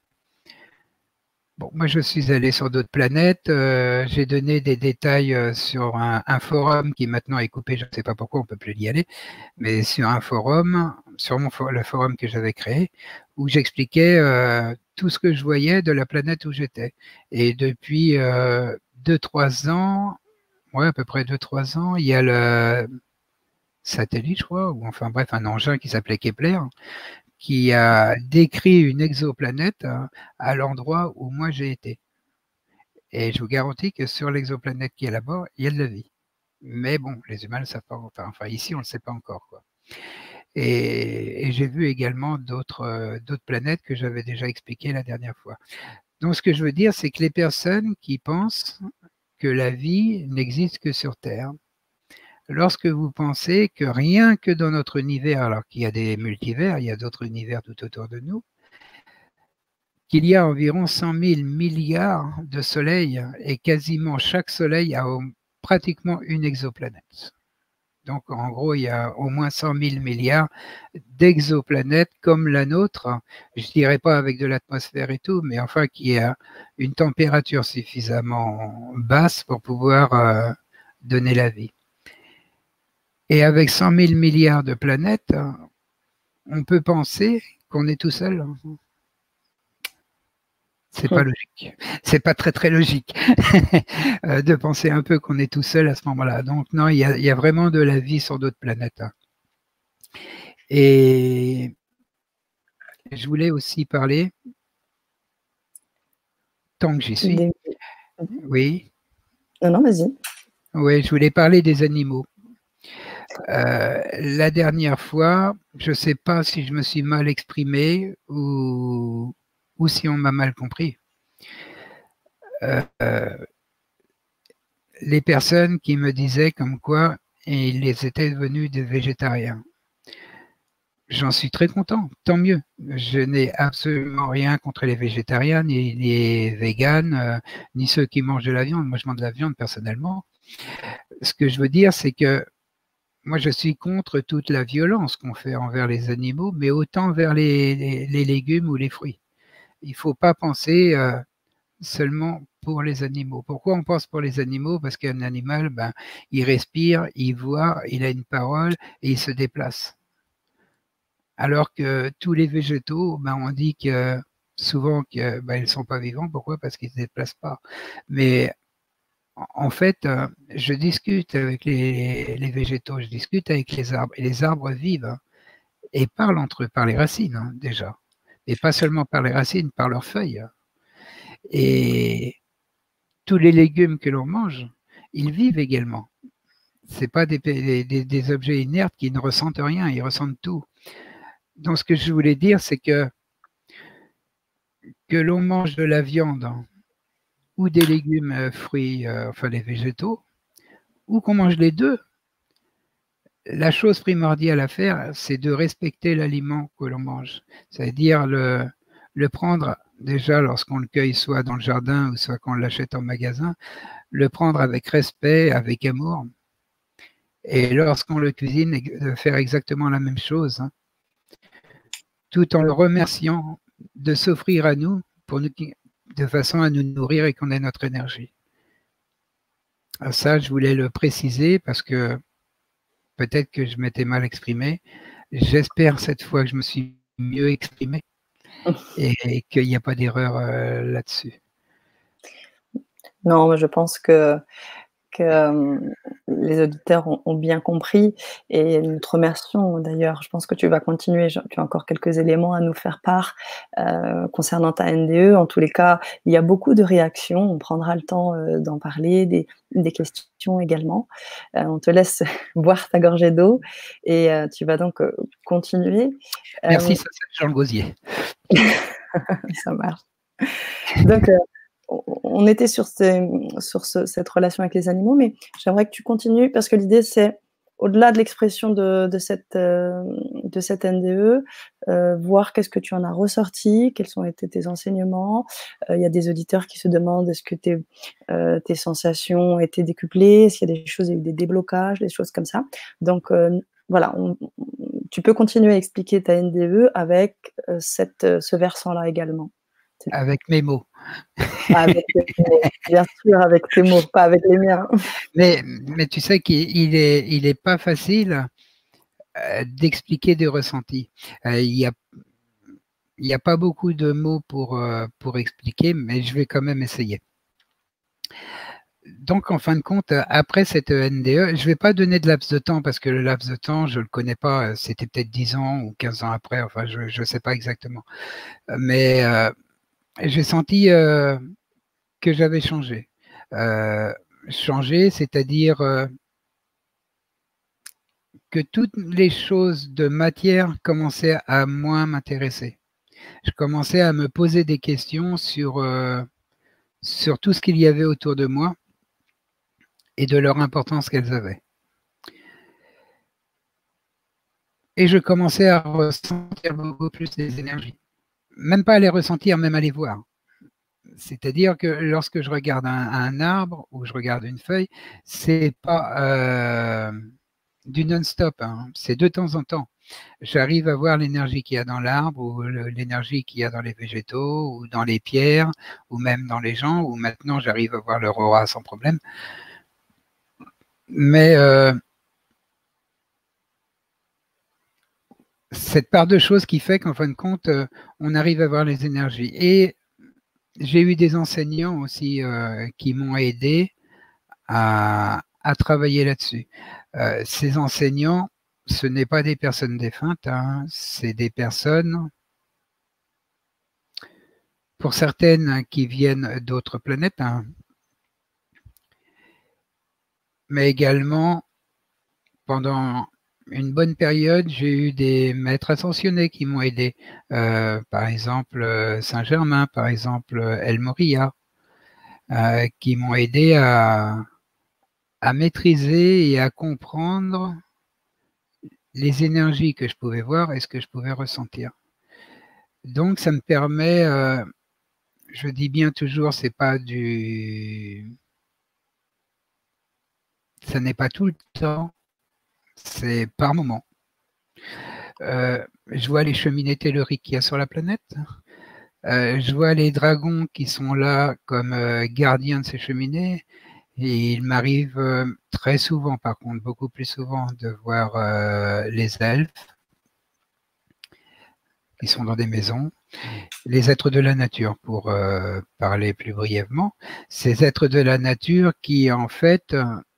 Bon, moi, je suis allé sur d'autres planètes. J'ai donné des détails sur un forum qui maintenant est coupé. Je ne sais pas pourquoi, on ne peut plus y aller, mais sur un forum, sur le forum que j'avais créé, où j'expliquais tout ce que je voyais de la planète où j'étais. Et depuis 2-3 ans, ouais, à peu près 2-3 ans, il y a le satellite, je crois, ou enfin bref, un engin qui s'appelait Kepler, qui a décrit une exoplanète à l'endroit où moi j'ai été. Et je vous garantis que sur l'exoplanète qui est là-bas, il y a de la vie. Mais bon, les humains ne le savent pas. Enfin, ici, on ne le sait pas encore, quoi. Et j'ai vu également d'autres planètes que j'avais déjà expliquées la dernière fois. Donc, ce que je veux dire, c'est que les personnes qui pensent que la vie n'existe que sur Terre, lorsque vous pensez que rien que dans notre univers, alors qu'il y a des multivers, il y a d'autres univers tout autour de nous, qu'il y a environ 100 000 milliards de soleils et quasiment chaque soleil a pratiquement une exoplanète. Donc en gros, il y a au moins 100 000 milliards d'exoplanètes comme la nôtre, je ne dirais pas avec de l'atmosphère et tout, mais enfin qui a une température suffisamment basse pour pouvoir donner la vie. Et avec 100 000 milliards de planètes, on peut penser qu'on est tout seul. C'est pas logique. C'est pas très très logique de penser un peu qu'on est tout seul à ce moment-là. Donc non, il y a vraiment de la vie sur d'autres planètes. Et je voulais aussi parler, tant que j'y suis, oui. Non, vas-y. Oui, je voulais parler des animaux. La dernière fois, je ne sais pas si je me suis mal exprimé ou si on m'a mal compris. Les personnes qui me disaient comme quoi ils étaient devenus des végétariens. J'en suis très content, tant mieux. Je n'ai absolument rien contre les végétariens, ni les véganes, ni ceux qui mangent de la viande. Moi, je mange de la viande personnellement. Ce que je veux dire, c'est que moi, je suis contre toute la violence qu'on fait envers les animaux, mais autant vers les légumes ou les fruits. Il ne faut pas penser seulement pour les animaux. Pourquoi on pense pour les animaux? Parce qu'un animal, ben, il respire, il voit, il a une parole et il se déplace. Alors que tous les végétaux, ben, on dit que souvent qu'ils ben, ne sont pas vivants. Pourquoi? Parce qu'ils ne se déplacent pas. Mais en fait, je discute avec les végétaux, je discute avec les arbres. Et les arbres vivent hein, et parlent entre eux, par les racines hein, déjà. Et pas seulement par les racines, par leurs feuilles. Et tous les légumes que l'on mange, ils vivent également. Ce pas des objets inertes qui ne ressentent rien, ils ressentent tout. Donc ce que je voulais dire, c'est que l'on mange de la viande ou des légumes, fruits, enfin des végétaux, ou qu'on mange les deux, la chose primordiale à faire, c'est de respecter l'aliment que l'on mange. C'est-à-dire le prendre déjà lorsqu'on le cueille soit dans le jardin ou soit qu'on l'achète en magasin, le prendre avec respect, avec amour. Et lorsqu'on le cuisine, de faire exactement la même chose, hein, tout en le remerciant de s'offrir à nous de façon à nous nourrir et qu'on ait notre énergie. Ça, je voulais le préciser parce que peut-être que je m'étais mal exprimé. J'espère cette fois que je me suis mieux exprimé et qu'il n'y a pas d'erreur là-dessus. Non, mais je pense que, les auditeurs ont bien compris et nous te remercions d'ailleurs. Je pense que tu vas continuer, tu as encore quelques éléments à nous faire part, concernant ta NDE. En tous les cas, il y a beaucoup de réactions, on prendra le temps, d'en parler, des questions également. On te laisse boire ta gorgée d'eau et tu vas donc, continuer. Merci, Hem, ça c'est Jean le Gosier. Ça marche. Donc, on était sur cette relation avec les animaux, mais j'aimerais que tu continues parce que l'idée, c'est au-delà de l'expression de cette NDE, voir qu'est-ce que tu en as ressorti, quels ont été tes enseignements. Il y a des auditeurs qui se demandent est-ce que tes sensations ont été décuplées? Est-ce qu'il y a des choses, il y a eu des déblocages, des choses comme ça? Donc, voilà, tu peux continuer à expliquer ta NDE avec, ce versant-là également. Avec mes mots. Avec tes mots, bien sûr, avec tes mots, pas avec les miens. Mais tu sais qu'il est pas facile d'expliquer des ressentis. Il y a pas beaucoup de mots pour expliquer, mais je vais quand même essayer. Donc, en fin de compte, après cette NDE, je ne vais pas donner de laps de temps parce que le laps de temps, je ne le connais pas. C'était peut-être 10 ans ou 15 ans après. Enfin, je ne sais pas exactement. Mais j'ai senti que j'avais changé. Changé, c'est-à-dire que toutes les choses de matière commençaient à moins m'intéresser. Je commençais à me poser des questions sur tout ce qu'il y avait autour de moi et de leur importance qu'elles avaient. Et je commençais à ressentir beaucoup plus des énergies. Même pas à les ressentir, même à les voir. C'est-à-dire que lorsque je regarde un arbre ou je regarde une feuille, c'est pas du non-stop, hein, c'est de temps en temps. J'arrive à voir l'énergie qu'il y a dans l'arbre ou l'énergie qu'il y a dans les végétaux ou dans les pierres ou même dans les gens, ou maintenant j'arrive à voir leur aura sans problème. Mais cette part de choses qui fait qu'en fin de compte, on arrive à voir les énergies. Et j'ai eu des enseignants aussi qui m'ont aidé à travailler là-dessus. Ces enseignants, ce n'est pas des personnes défuntes, hein, c'est des personnes, pour certaines qui viennent d'autres planètes, hein, mais également pendant une bonne période, j'ai eu des maîtres ascensionnés qui m'ont aidé. Par exemple, Saint-Germain, par exemple, El Moria, qui m'ont aidé à maîtriser et à comprendre les énergies que je pouvais voir et ce que je pouvais ressentir. Donc, ça me permet, je dis bien toujours, c'est pas du, ça n'est pas tout le temps, c'est par moment. Je vois les cheminées telluriques qu'il y a sur la planète. Je vois les dragons qui sont là comme gardiens de ces cheminées. Et il m'arrive très souvent, par contre, beaucoup plus souvent, de voir les elfes qui sont dans des maisons, les êtres de la nature, pour parler plus brièvement. Ces êtres de la nature qui, en fait,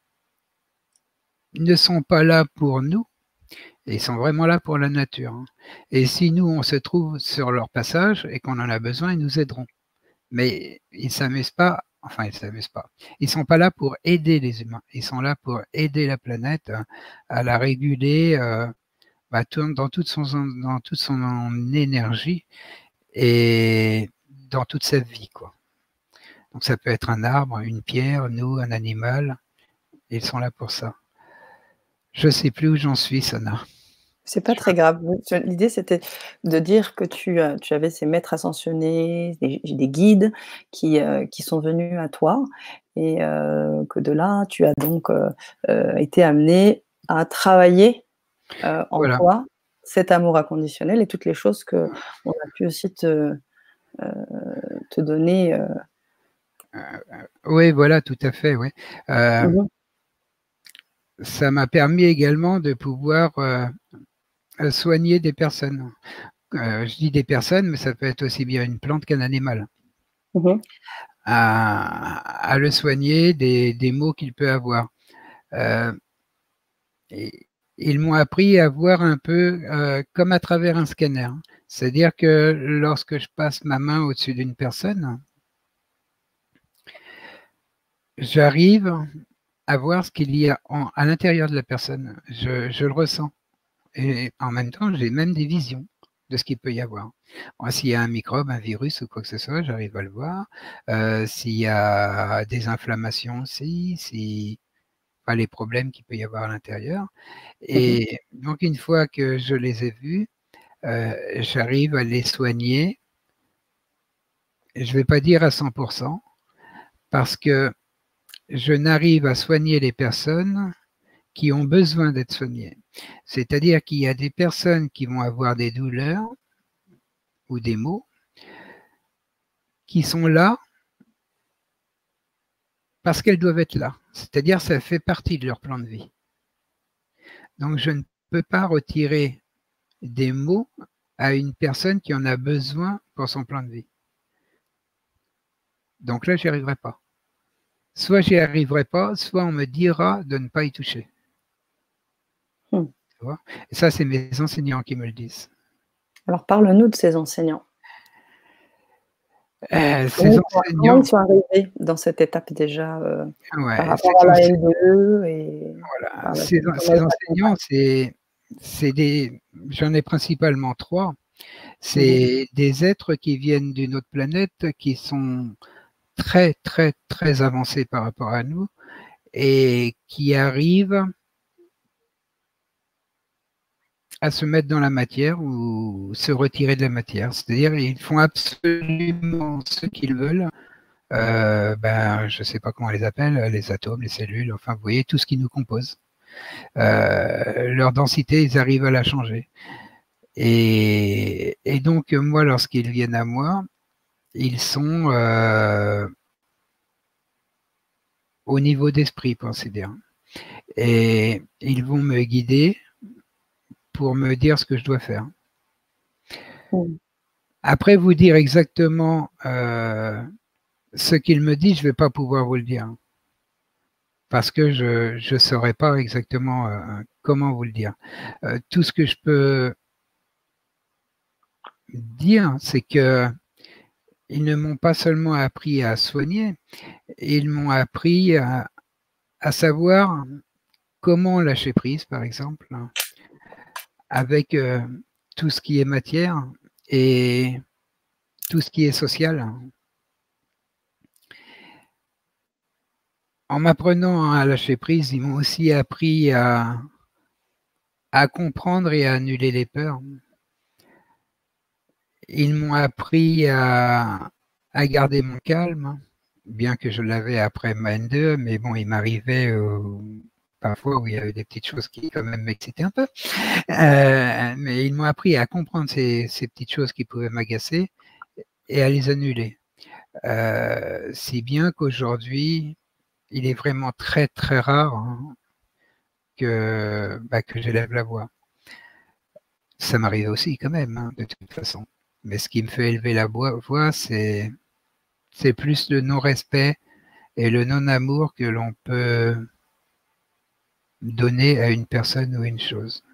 ne sont pas là pour nous, ils sont vraiment là pour la nature. Et si nous, on se trouve sur leur passage et qu'on en a besoin, ils nous aideront. Mais ils ne s'amusent pas, enfin, ils ne s'amusent pas. Ils ne sont pas là pour aider les humains. Ils sont là pour aider la planète à la réguler dans toute son énergie et dans toute sa vie, quoi. Donc ça peut être un arbre, une pierre, nous, un animal. Ils sont là pour ça. Je ne sais plus où j'en suis, Sana. C'est pas très grave. L'idée, c'était de dire que tu avais ces maîtres ascensionnés, des guides qui sont venus à toi et que de là, tu as donc, été amené à travailler, en Voilà. toi cet amour inconditionnel et toutes les choses qu'on a pu aussi te donner, Oui, voilà, tout à fait, oui. Mmh. Ça m'a permis également de pouvoir soigner des personnes. Je dis des personnes, mais ça peut être aussi bien une plante qu'un animal. Mmh. À le soigner des maux qu'il peut avoir. Et ils m'ont appris à voir un peu comme à travers un scanner. C'est-à-dire que lorsque je passe ma main au-dessus d'une personne, j'arrive à voir ce qu'il y a à l'intérieur de la personne. Je le ressens. Et en même temps, j'ai même des visions de ce qu'il peut y avoir. S'il y a un microbe, un virus ou quoi que ce soit, j'arrive à le voir. S'il y a des inflammations aussi, pas les problèmes qu'il peut y avoir à l'intérieur. Mmh. Et donc, une fois que je les ai vus, j'arrive à les soigner. Je ne vais pas dire à 100%, parce que je n'arrive à soigner les personnes qui ont besoin d'être soignées. C'est-à-dire qu'il y a des personnes qui vont avoir des douleurs ou des maux qui sont là parce qu'elles doivent être là. C'est-à-dire que ça fait partie de leur plan de vie. Donc je ne peux pas retirer des maux à une personne qui en a besoin pour son plan de vie. Donc là, j'y arriverai pas. Soit j'y arriverai pas, soit on me dira de ne pas y toucher. Mmh. Tu vois? Et ça, c'est mes enseignants qui me le disent. Alors parle-nous de ces enseignants. Ces Comment enseignants, ils sont arrivés dans cette étape déjà, par ouais, rapport à la LDE et voilà, par la suite, comment ces ils enseignants, t'accompagnent? j'en ai principalement 3. Mmh mh. C'est des êtres qui viennent d'une autre planète, qui sont très, très, très avancés par rapport à nous et qui arrivent à se mettre dans la matière ou se retirer de la matière. C'est-à-dire, ils font absolument ce qu'ils veulent. Je ne sais pas comment on les appelle, les atomes, les cellules, enfin, vous voyez, tout ce qui nous compose. Leur densité, ils arrivent à la changer. Et donc, moi, lorsqu'ils viennent à moi, ils sont au niveau d'esprit, pour ainsi dire. Et ils vont me guider pour me dire ce que je dois faire. Mmh. Après, vous dire exactement ce qu'il me dit, je ne vais pas pouvoir vous le dire. Parce que je ne saurais pas exactement comment vous le dire. Tout ce que je peux dire, c'est que ils ne m'ont pas seulement appris à soigner, ils m'ont appris à savoir comment lâcher prise, par exemple, avec tout ce qui est matière et tout ce qui est social. En m'apprenant à lâcher prise, ils m'ont aussi appris à comprendre et à annuler les peurs. Ils m'ont appris à garder mon calme, bien que je l'avais après ma N2, mais bon, il m'arrivait parfois où il y avait des petites choses qui quand même m'excitaient un peu. Mais ils m'ont appris à comprendre ces petites choses qui pouvaient m'agacer et à les annuler. Si bien qu'aujourd'hui, il est vraiment très très rare que j'élève la voix. Ça m'arrive aussi quand même, de toute façon. Mais ce qui me fait élever la voix, c'est plus le non-respect et le non-amour que l'on peut donner à une personne ou une chose.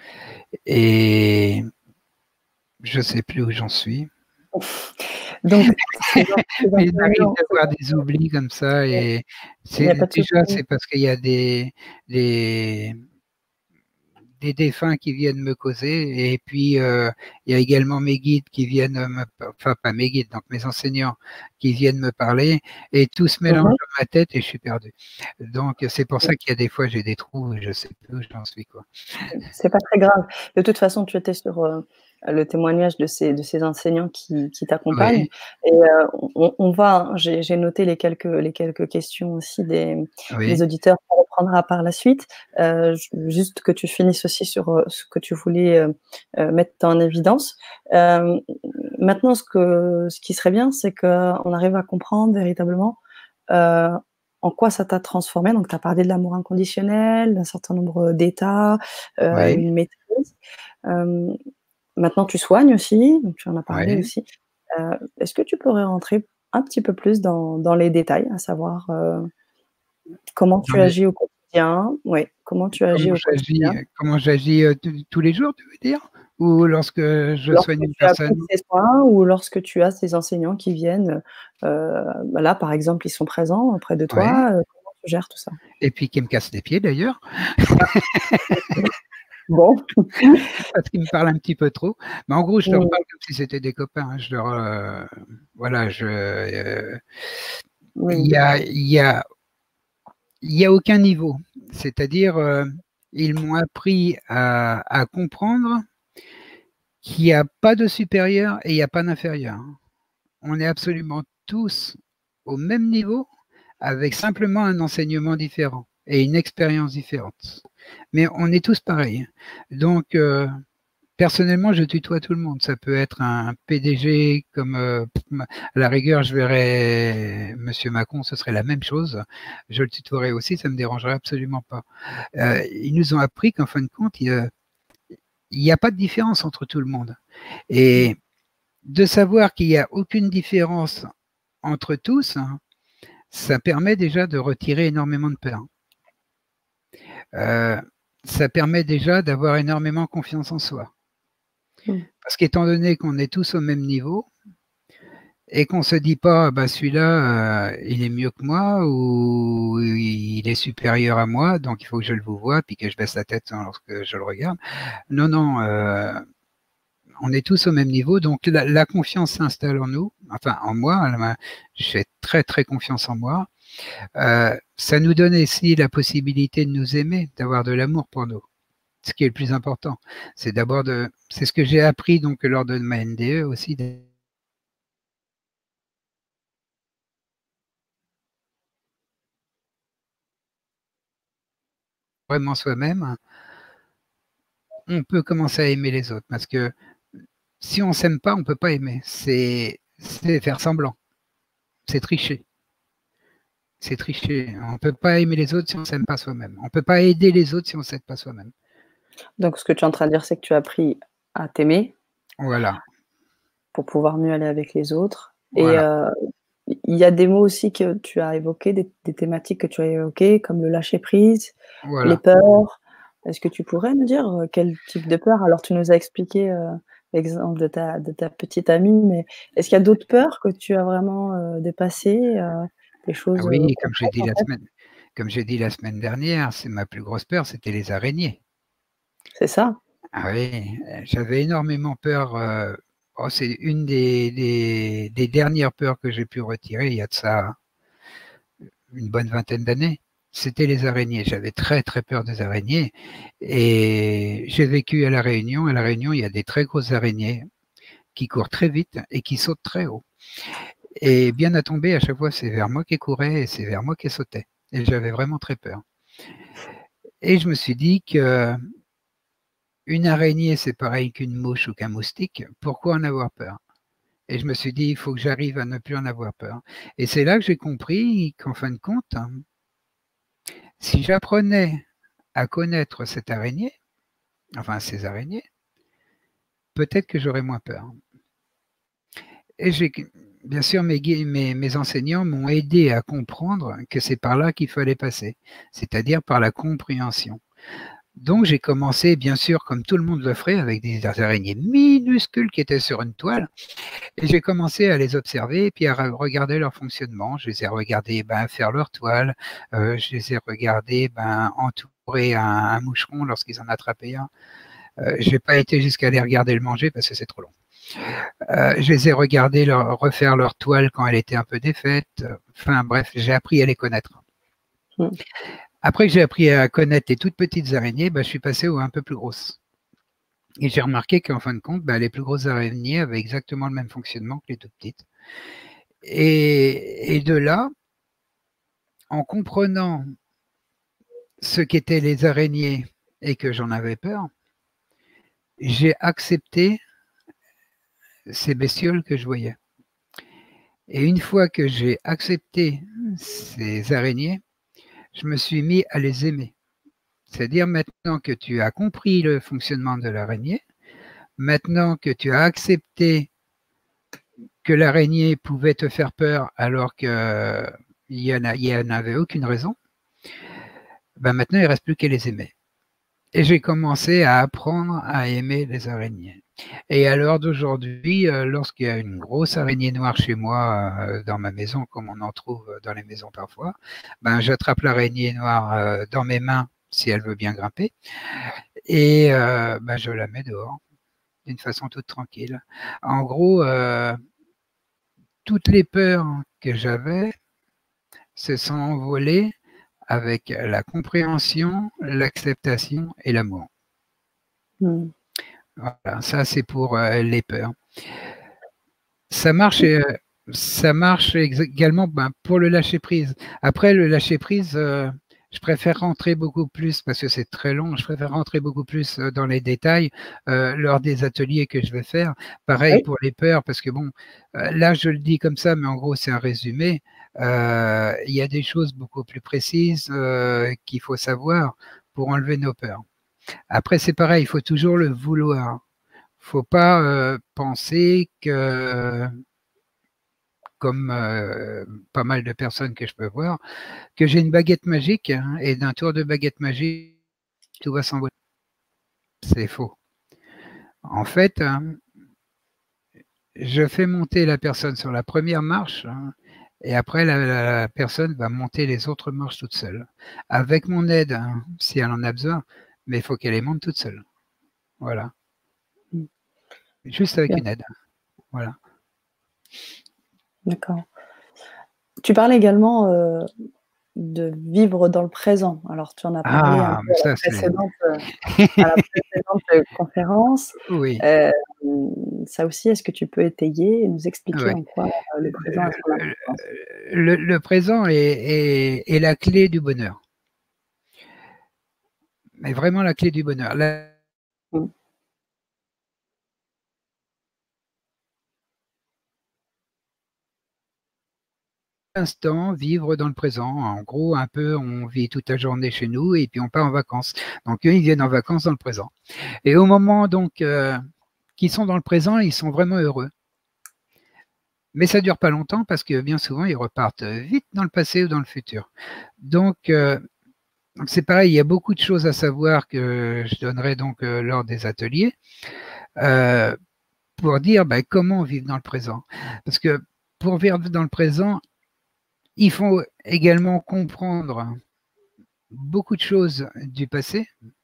Et je ne sais plus où j'en suis. Donc Mais il m'arrive d'avoir des oublis comme ça et il n'y a pas de déjà, souci. c'est parce qu'il y a des défunts qui viennent me causer et puis il y a également mes guides qui viennent enfin pas mes guides, donc mes enseignants qui viennent me parler et tout se Mmh mélange mh. dans ma tête et je suis perdu. Donc c'est pour ça qu'il y a des fois j'ai des trous et je sais plus où j'en suis, quoi. C'est pas très grave. De toute façon, tu étais sur, le témoignage de ces enseignants qui t'accompagnent Oui, et on va hein, j'ai noté les quelques questions aussi des oui, auditeurs qu'on reprendra par la suite. Juste que tu finisses aussi sur, ce que tu voulais, mettre en évidence. Hem, Maintenant ce qui serait bien, c'est qu'on arrive à comprendre véritablement, heu, en quoi ça t'a transformé. Donc tu as parlé de l'amour inconditionnel, d'un certain nombre d'états, oui, une maîtrise. prise. Hem, Maintenant tu soignes aussi, donc tu en as parlé Ouais. aussi. Est-ce que tu pourrais rentrer un petit peu plus dans les détails, à savoir, comment Dans tu les agis au quotidien? Oui, comment tu agis comment au j'agis, quotidien comment j'agis, tous les jours, tu veux dire? Ou lorsque je soigne lorsque une tu appliques personne? ces soins ou lorsque tu as ces enseignants qui viennent, bah, là, par exemple, ils sont présents auprès de Ouais. toi, comment tu gères tout ça? Et puis qui me casse les pieds d'ailleurs, OK. Bon. parce qu'ils me parlent un petit peu trop. Mais en gros, je leur Mmh, parle comme si c'était des copains, hein. Je leur, voilà, il mmh, y a il y a il y a aucun niveau. C'est-à-dire, ils m'ont appris à comprendre qu'il y a pas de supérieur et il y a pas d'inférieur, hein. On est absolument tous au même niveau, avec simplement un enseignement différent et une expérience différente. Mais on est tous pareils. Donc, personnellement, je tutoie tout le monde. Ça peut être un PDG comme, à la rigueur, je verrais Monsieur Macron, ce serait la même chose. Je le tutoierais aussi, ça me dérangerait absolument pas. Ils nous ont appris qu'en fin de compte, il y a pas de différence entre tout le monde. mmh. Et de savoir qu'il y a aucune différence entre tous, hein, ça permet déjà de retirer énormément de peur. Euh, Ça permet déjà d'avoir énormément confiance en soi. Mmh. Parce qu'étant donné qu'on est tous au même niveau et qu'on se dit pas, bah celui-là, il est mieux que moi ou il est supérieur à moi, donc il faut que je le vous voie puis que je baisse la tête lorsque je le regarde. Non, non, on est tous au même niveau, donc la confiance s'installe en nous, enfin en moi. Je fais très très confiance en moi. Ça nous donne aussi la possibilité de nous aimer, d'avoir de l'amour pour nous. Ce qui est le plus important, c'est d'abord c'est ce que j'ai appris donc lors de ma NDE aussi, vraiment soi-même. On peut commencer à aimer les autres parce que si on s'aime pas, on peut pas aimer. C'est faire semblant, c'est tricher. C'est tricher. On ne peut pas aimer les autres si on ne s'aime pas soi-même. On ne peut pas aider les autres si on ne s'aide pas soi-même. Donc ce que tu es en train de dire, c'est que tu as appris à t'aimer Voilà, pour pouvoir mieux aller avec les autres et voilà, il y a des mots aussi que tu as évoqués, des thématiques que tu as évoquées, comme le lâcher prise, les voilà. peurs. Est-ce que tu pourrais me dire, quel type de peur? Alors tu nous as expliqué, l'exemple de ta petite amie, mais est-ce qu'il y a d'autres peurs que tu as vraiment, dépassées, des Ah choses, oui, concrètes en fait? comme j'ai dit la semaine dernière, c'est ma plus grosse peur, c'était les araignées. C'est ça? Ah oui, j'avais énormément peur. Oh, c'est une des dernières peurs que j'ai pu retirer il y a de ça une bonne vingtaine d'années. C'était les araignées. J'avais très très peur des araignées. Et j'ai vécu à La Réunion. À La Réunion, il y a des très grosses araignées qui courent très vite et qui sautent très haut. Et bien à tomber, à chaque fois, c'est vers moi qu'elles couraient et c'est vers moi qu'elles sautaient. Et j'avais vraiment très peur. Et je me suis dit que une araignée, c'est pareil qu'une mouche ou qu'un moustique. Pourquoi en avoir peur? Et je me suis dit, il faut que j'arrive à ne plus en avoir peur. Et c'est là que j'ai compris qu'en fin de compte, si j'apprenais à connaître cette araignée, enfin ces araignées, peut-être que j'aurais moins peur. Et bien sûr, mes enseignants m'ont aidé à comprendre que c'est par là qu'il fallait passer, c'est-à-dire par la compréhension. Donc j'ai commencé, bien sûr, comme tout le monde le ferait, avec des araignées minuscules qui étaient sur une toile, et j'ai commencé à les observer et puis à regarder leur fonctionnement. Je les ai regardés faire leur toile, je les ai regardés entourer un moucheron lorsqu'ils en attrapaient un. Je n'ai pas été jusqu'à les regarder le manger parce que c'est trop long. Je les ai regardés refaire leur toile quand elle était un peu défaite. Enfin bref, j'ai appris à les connaître. Mmh. Après que j'ai appris à connaître les toutes petites araignées, je suis passé aux un peu plus grosses. Et j'ai remarqué qu'en fin de compte, les plus grosses araignées avaient exactement le même fonctionnement que les toutes petites. Et de là, en comprenant ce qu'étaient les araignées et que j'en avais peur, j'ai accepté ces bestioles que je voyais. Et une fois que j'ai accepté ces araignées, je me suis mis à les aimer. C'est-à-dire maintenant que tu as compris le fonctionnement de l'araignée, maintenant que tu as accepté que l'araignée pouvait te faire peur alors qu'il n'y en avait aucune raison, ben maintenant il ne reste plus qu'à les aimer. Et j'ai commencé à apprendre à aimer les araignées. Et à l'heure d'aujourd'hui, lorsqu'il y a une grosse araignée noire chez moi, dans ma maison, comme on en trouve dans les maisons parfois, ben j'attrape l'araignée noire dans mes mains si elle veut bien grimper, et ben je la mets dehors d'une façon toute tranquille. En gros, toutes les peurs que j'avais se sont envolées avec la compréhension, l'acceptation et l'amour. Mmh. Voilà, ça c'est pour les peurs. Ça marche également pour le lâcher-prise. Après, le lâcher-prise, je préfère rentrer beaucoup plus, parce que c'est très long, je préfère rentrer beaucoup plus dans les détails lors des ateliers que je vais faire. Pareil Oui. pour les peurs, parce que bon, là je le dis comme ça, mais en gros c'est un résumé. Il y a des choses beaucoup plus précises qu'il faut savoir pour enlever nos peurs. Après, c'est pareil, il faut toujours le vouloir. Faut pas penser que, comme pas mal de personnes que je peux voir, que j'ai une baguette magique et d'un tour de baguette magique, tout va s'envoler. C'est faux. En fait, je fais monter la personne sur la première marche et après la personne va monter les autres marches toute seule. Avec mon aide, si elle en a besoin, mais il faut qu'elle les monte toute seule. Voilà. Mmh. Juste avec Bien. une aide. Voilà. D'accord. Tu parles également, de vivre dans le présent. Alors tu en as parlé un Ah, peu mais ça c'est… à la précédente conférence. Oui. Ça aussi, est-ce que tu peux étayer et nous expliquer Ouais. en quoi, le présent a son importance? Le présent est la clé du bonheur. Mais vraiment la clé du bonheur. Mmh. L'instant, vivre dans le présent. En gros, un peu, on vit toute la journée chez nous et puis on part en vacances. Donc, eux, ils viennent en vacances dans le présent. Et au moment donc qu'ils sont dans le présent, ils sont vraiment heureux. Mais ça dure pas longtemps parce que bien souvent, ils repartent vite dans le passé ou dans le futur. Donc, c'est pareil, il y a beaucoup de choses à savoir que je donnerai donc lors des ateliers pour dire comment vivre dans le présent. Parce que pour vivre dans le présent, il faut également comprendre beaucoup de choses du passé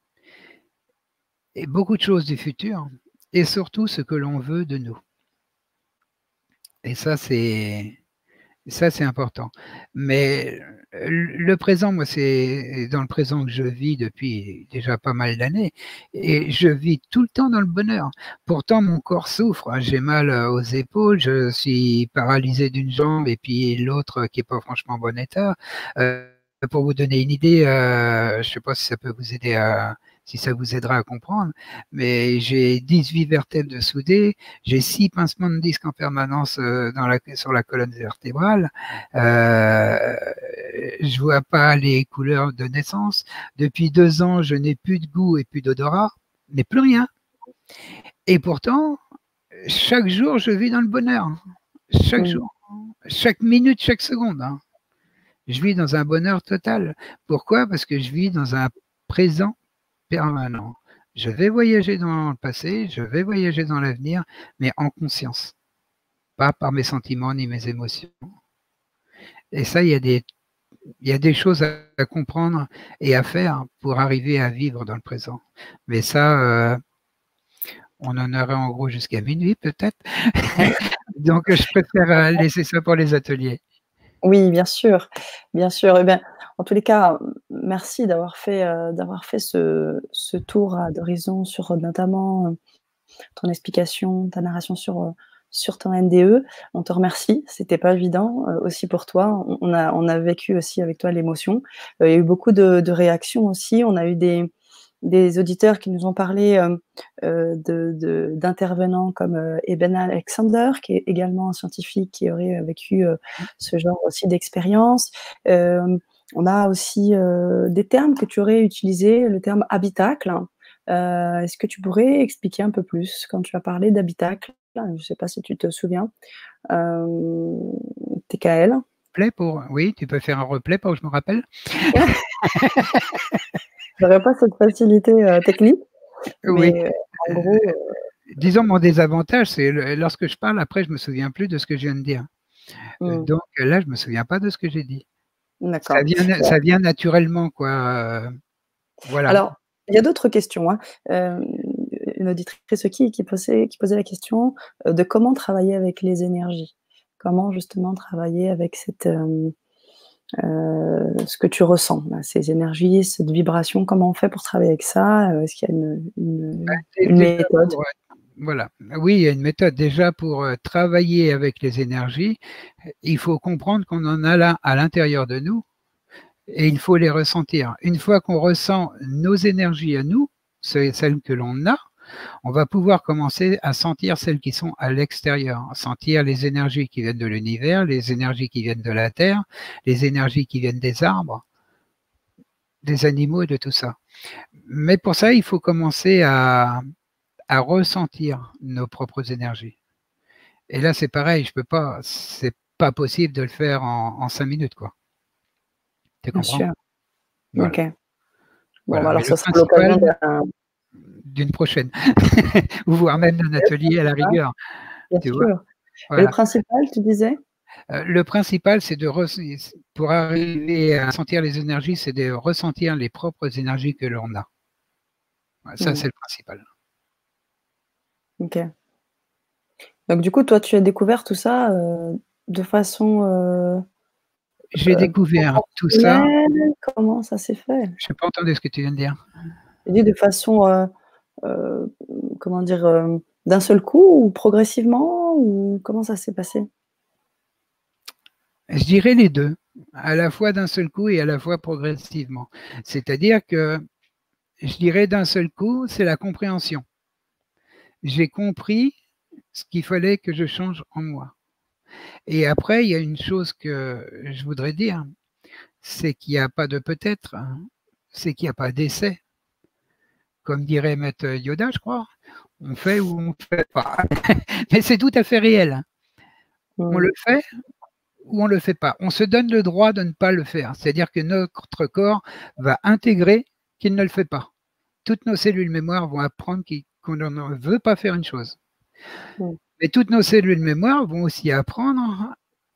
et beaucoup de choses du futur et surtout ce que l'on veut de nous. Et ça, c'est important. Mais le présent, moi, c'est dans le présent que je vis depuis déjà pas mal d'années et je vis tout le temps dans le bonheur. Pourtant, mon corps souffre. J'ai mal aux épaules, je suis paralysé d'une jambe et puis l'autre qui n'est pas franchement en bon état. Pour vous donner une idée, je ne sais pas si ça peut vous aider si ça vous aidera à comprendre, mais j'ai 18 vertèbres de soudées, j'ai 6 pincements de disques en permanence sur la colonne vertébrale, je vois pas les couleurs de naissance, depuis 2 ans, je n'ai plus de goût et plus d'odorat, mais plus rien. Et pourtant, chaque jour, je vis dans le bonheur, chaque jour, chaque minute, chaque seconde. Je vis dans un bonheur total. Pourquoi? Parce que je vis dans un présent permanent. Je vais voyager dans le passé, je vais voyager dans l'avenir, mais en conscience, pas par mes sentiments ni mes émotions. Et ça, il y a des choses à comprendre et à faire pour arriver à vivre dans le présent. Mais ça, on en aurait en gros jusqu'à minuit peut-être. Donc, je préfère laisser ça pour les ateliers. Oui, bien sûr, bien sûr. Eh bien, en tous les cas, merci d'avoir fait ce tour d'horizon sur notamment, ton explication, ta narration sur ton NDE. On te remercie, c'était pas évident, aussi pour toi. On a vécu aussi avec toi l'émotion. Il y a eu beaucoup de réactions aussi. On a eu des auditeurs qui nous ont parlé, d'intervenants comme, Eben Alexander, qui est également un scientifique qui aurait, vécu, ce genre aussi d'expérience. On a aussi, des termes que tu aurais utilisés, le terme habitacle. Est-ce que tu pourrais expliquer un peu plus quand tu as parlé d'habitacle? Je ne sais pas si tu te souviens, TKL? Oui, tu peux faire un replay pour que je me rappelle? J'aurais pas cette facilité, technique, Oui, mais, en gros, disons mon désavantage, c'est lorsque je parle après, je me souviens plus de ce que je viens de dire. mmh, Donc là, je me souviens pas de ce que j'ai dit. Ça d'accord. vient ça vient naturellement quoi, voilà. Alors, il y a d'autres questions, hein. Une auditrice qui posait la question, de comment travailler avec les énergies? Comment justement travailler avec cette, ce que tu ressens là, ces énergies, cette vibration, comment on fait pour travailler avec ça? Est-ce qu'il y a C'est une déjà méthode? pour, voilà. Oui, il y a une méthode déjà pour, travailler avec les énergies. Il faut comprendre qu'on en a là à l'intérieur de nous et il faut les ressentir. Une fois qu'on ressent nos énergies à nous, celles que l'on a, on va pouvoir commencer à sentir celles qui sont à l'extérieur, sentir les énergies qui viennent de l'univers, les énergies qui viennent de la terre, les énergies qui viennent des arbres, des animaux et de tout ça. Mais pour ça, il faut commencer à ressentir nos propres énergies. Et là, c'est pareil, je peux pas, c'est pas possible de le faire en 5 minutes, quoi. Tu Bien comprends? sûr, Voilà, OK. Bon, bah, voilà. alors Mais le ce sera l'occasion principal, d'un d'une prochaine, ou voire même d'un atelier à la rigueur, bien tu vois? sûr. Et le Voilà. principal, tu disais? Le principal, c'est pour arriver à sentir les énergies, c'est de ressentir les propres énergies que l'on a. Ouais, ça, Mmh, c'est le principal. OK. Donc du coup, toi, tu as découvert tout ça, de façon, J'ai découvert tout ça. conventionnelle? Comment ça s'est fait? J'ai pas entendu ce que tu viens de dire. Tu dis de façon, heu, comment dire? D'un seul coup ou progressivement ou comment ça s'est passé? Je dirais les 2, à la fois d'un seul coup et à la fois progressivement. C'est-à-dire que je dirais d'un seul coup, c'est la compréhension. J'ai compris ce qu'il fallait que je change en moi. Et après, il y a une chose que je voudrais dire, c'est qu'il n'y a pas de peut-être, hein, c'est qu'il n'y a pas d'essai. Comme dirait maître Yoda, je crois, on fait ou on ne fait pas. Mais c'est tout à fait réel, hein. On Mmh. le fait ou on ne le fait pas. On se donne le droit de ne pas le faire. C'est-à-dire que notre corps va intégrer qu'il ne le fait pas. Toutes nos cellules mémoire vont apprendre qu'on ne veut pas faire une chose. Mmh. Mais toutes nos cellules mémoire vont aussi apprendre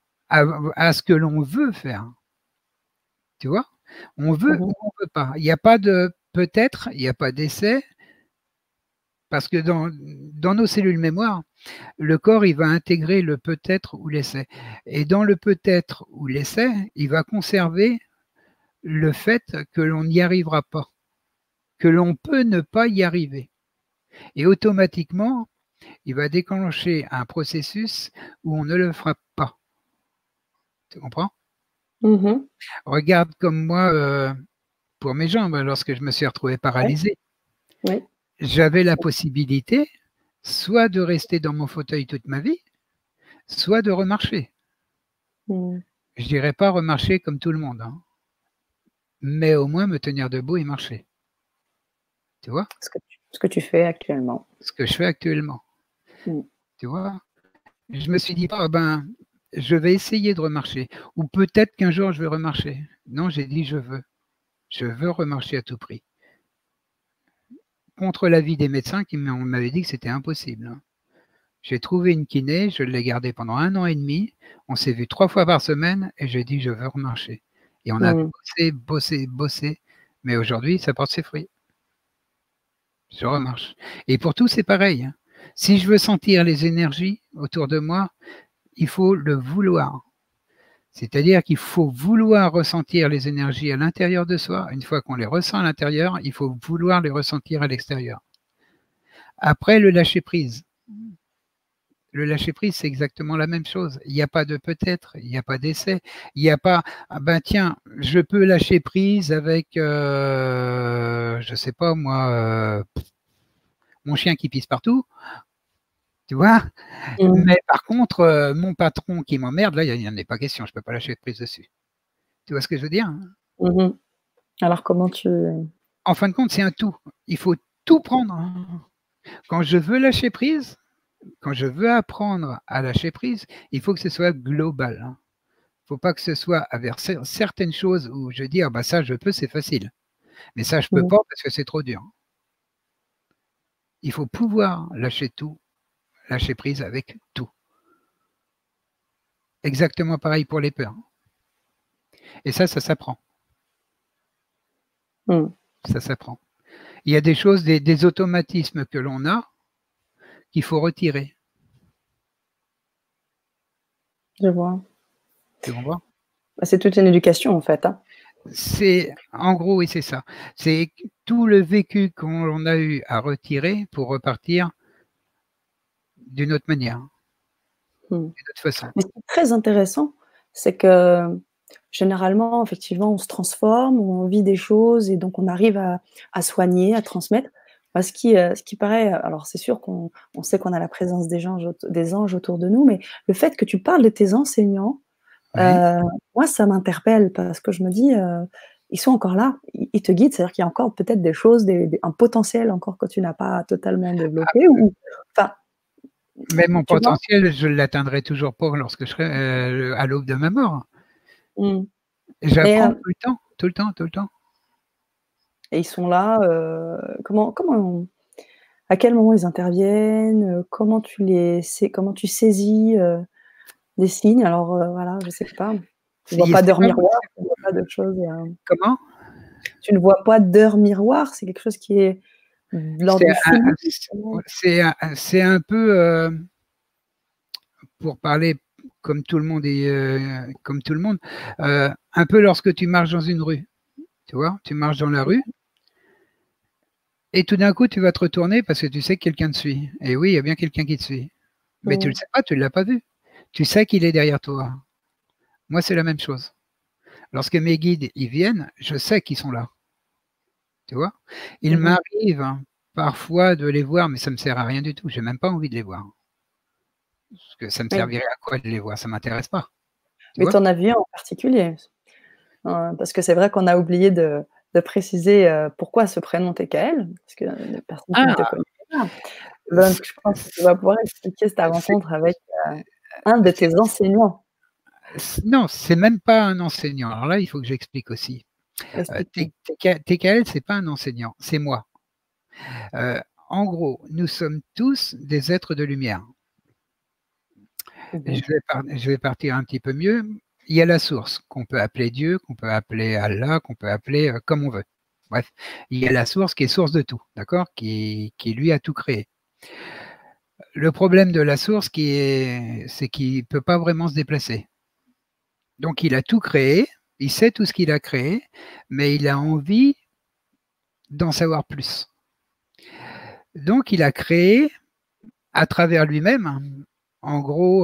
à ce que l'on veut faire. Tu vois? On Mmh veut mh. ou on ne veut pas. Il n'y a pas de peut-être, il n'y a pas d'essai, parce que dans nos cellules mémoire, le corps, il va intégrer le peut-être ou l'essai. Et dans le peut-être ou l'essai, il va conserver le fait que l'on n'y arrivera pas, que l'on peut ne pas y arriver. Et automatiquement, il va déclencher un processus où on ne le fera pas. Tu comprends? Mmh. Regarde comme moi, pour mes jambes, lorsque je me suis retrouvé Ouais, paralysé, oui. j'avais la possibilité soit de rester dans mon fauteuil toute ma vie, soit de remarcher. Mmh. Je dirais pas remarcher comme tout le monde, hein, mais au moins me tenir debout et marcher. Tu vois? Ce que tu fais actuellement. Ce que je fais actuellement. Mmh. Tu vois? Je me suis dit: «Ah ben, je vais essayer de remarcher ou peut-être qu'un jour je vais remarcher». Non, j'ai dit: «Je veux. Je veux remarcher à tout prix». Contre l'avis des médecins qui m'avaient dit que c'était impossible, hein. J'ai trouvé une kiné, je l'ai gardée pendant 1 an et demi. On s'est vu 3 fois par semaine et j'ai dit: «Je veux remarcher» et on a Mmh. bossé, bossé, bossé, mais aujourd'hui ça porte ses fruits. Je remarche et pour tout, c'est pareil, hein. Si je veux sentir les énergies autour de moi, il faut le vouloir. C'est-à-dire qu'il faut vouloir ressentir les énergies à l'intérieur de soi. Une fois qu'on les ressent à l'intérieur, il faut vouloir les ressentir à l'extérieur. Après, le lâcher prise. Le lâcher prise, c'est exactement la même chose. Il n'y a pas de peut-être, il n'y a pas d'essai, il n'y a pas ah ben tiens, je peux lâcher prise avec, je sais pas moi, mon chien qui pisse partout, tu vois? Mmh. Mais par contre, mon patron qui m'emmerde, là, il y en est pas question, je peux pas lâcher prise dessus. Tu vois ce que je veux dire? Mmh. Alors comment tu En fin de compte, c'est un tout. Il faut tout prendre. Quand je veux lâcher prise, quand je veux apprendre à lâcher prise, il faut que ce soit global. Il ne faut pas que ce soit avec certaines choses où je dis, ah bah ça je peux, c'est facile. Mais ça je peux mmh, pas parce que c'est trop dur. Il faut pouvoir lâcher tout, lâcher prise avec tout. Exactement pareil pour les peurs. Et ça s'apprend. mmh, Ça s'apprend. Il y a des choses, des automatismes que l'on a qu'il faut retirer. je vois. Tu comprends? Bah, c'est toute une éducation en fait, hein. C'est, en gros, oui, c'est ça. C'est tout le vécu qu'on a eu à retirer pour repartir d'une autre manière, Mmh. d'une autre façon. Mais ce qui est très intéressant, c'est que généralement, effectivement, on se transforme, on vit des choses et donc on arrive à soigner, à transmettre. Moi, ce qui paraît, alors c'est sûr qu'on sait qu'on a la présence des anges autour de nous, mais le fait que tu parles de tes enseignants, Oui. heu, moi, ça m'interpelle parce que je me dis, ils sont encore là, ils te guident, c'est-à-dire qu'il y a encore peut-être des choses, un potentiel encore que tu n'as pas totalement développé ou enfin, Mais mon tu vois? potentiel, je ne l'atteindrai toujours pas lorsque je serai à l'aube de ma mort. Mmh. Et J'apprends tout le temps, tout le temps, tout le temps. et ils sont là, à quel moment ils interviennent? Comment tu saisis, des signes? Alors, voilà, je sais pas. Tu vois pas C'est d'heure pas, miroir, tu vois pas de choses, comment? tu ne vois pas d'heure miroir? C'est quelque chose qui est de l'ordre C'est du un, feeling? Comment? c'est un peu, pour parler comme tout le monde comme tout le monde, un peu lorsque tu marches dans une rue, tu vois, tu marches dans la rue et tout d'un coup tu vas te retourner parce que tu sais que quelqu'un te suit. Et oui, il y a bien quelqu'un qui te suit, mais tu le Mmh. sais pas, tu l'as pas vu. Tu sais qu'il est derrière toi. Moi, c'est la même chose. Lorsque mes guides ils viennent, je sais qu'ils sont là, tu vois. Il Mmh mh. m'arrive parfois de les voir, mais ça me sert à rien du tout. J'ai même pas envie de les voir parce que ça me Oui. servirait à quoi de les voir? Ça m'intéresse pas, tu Mais vois. tu en as vu un en particulier? Parce que c'est vrai qu'on a oublié de préciser, pourquoi ce prénom TKL, parce que les personnes qui ne te Ah, connaissent pas. Donc je pense que tu vas pouvoir expliquer ta c'est rencontre avec, un de tes enseignants. Non, c'est même pas un enseignant. Alors là, il faut que j'explique aussi. Explique-moi. TKL, c'est pas un enseignant, c'est moi. Heu, En gros, nous sommes tous des êtres de lumière. Mmh mh. Je vais partir un petit peu mieux. Il y a la source qu'on peut appeler Dieu, qu'on peut appeler Allah, qu'on peut appeler, comme on veut. Bref, il y a la source qui est source de tout, d'accord? Qui lui a tout créé. Le problème de la source c'est qu'il ne peut pas vraiment se déplacer. Donc il a tout créé, il sait tout ce qu'il a créé, mais il a envie d'en savoir plus. Donc il a créé à travers lui-même, en gros,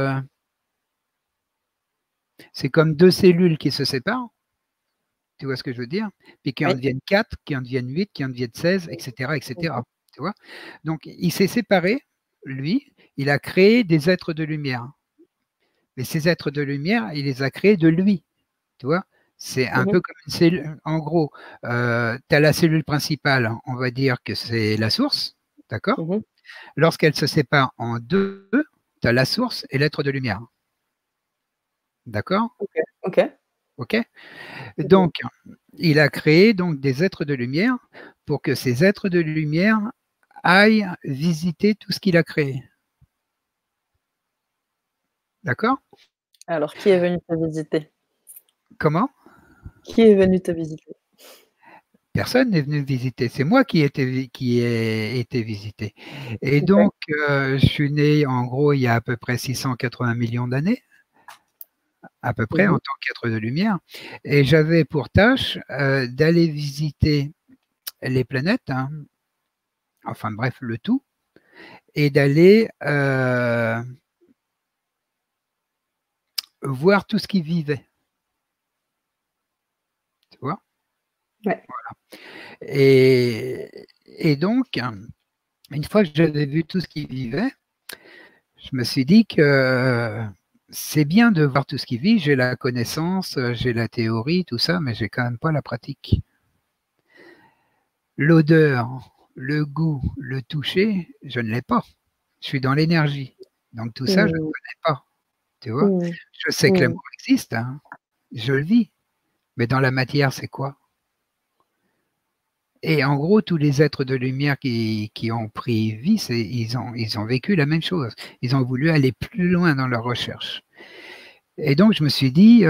c'est comme 2 cellules qui se séparent, tu vois ce que je veux dire? Puis qui en Oui. deviennent 4, qui en deviennent 8, qui en deviennent 16, et cetera, et cetera, tu vois? Donc il s'est séparé, lui, il a créé des êtres de lumière. Mais ces êtres de lumière, il les a créés de lui, tu vois? C'est un Mmh mh. peu comme une cellule. En gros, tu as la cellule principale, on va dire que c'est la source, d'accord? Mmh mh. Lorsqu'elle se sépare en 2, tu as la source et l'être de lumière, d'accord? OK, OK. OK? Mmh mh. Donc, il a créé donc des êtres de lumière pour que ces êtres de lumière aillent visiter tout ce qu'il a créé, d'accord? Alors qui est venu te visiter? Comment? Qui est venu te visiter? Personne n'est venu visiter, c'est moi qui ai été visité et OK. donc je suis né en gros il y a à peu près 680 millions d'années, à peu près Mmh en mh. tant qu'être de lumière et j'avais pour tâche, d'aller visiter les planètes, hein, enfin bref le tout et d'aller, voir tout ce qui vivait, tu vois? Ouais. Et donc une fois que j'avais vu tout ce qui vivait, je me suis dit que c'est bien de voir tout ce qui vit, j'ai la connaissance, j'ai la théorie, tout ça, mais j'ai quand même pas la pratique. L'odeur, le goût, le toucher, je ne l'ai pas. Je suis dans l'énergie. Donc tout ça, je ne Mmh. connais pas. Tu vois? Mmh. Je sais que Mmh. l'amour existe, hein, je le vis, mais dans la matière, c'est quoi? Et en gros, tous les êtres de lumière qui ont pris vie, ils ont vécu la même chose. Ils ont voulu aller plus loin dans leur recherche. Et donc, je me suis dit,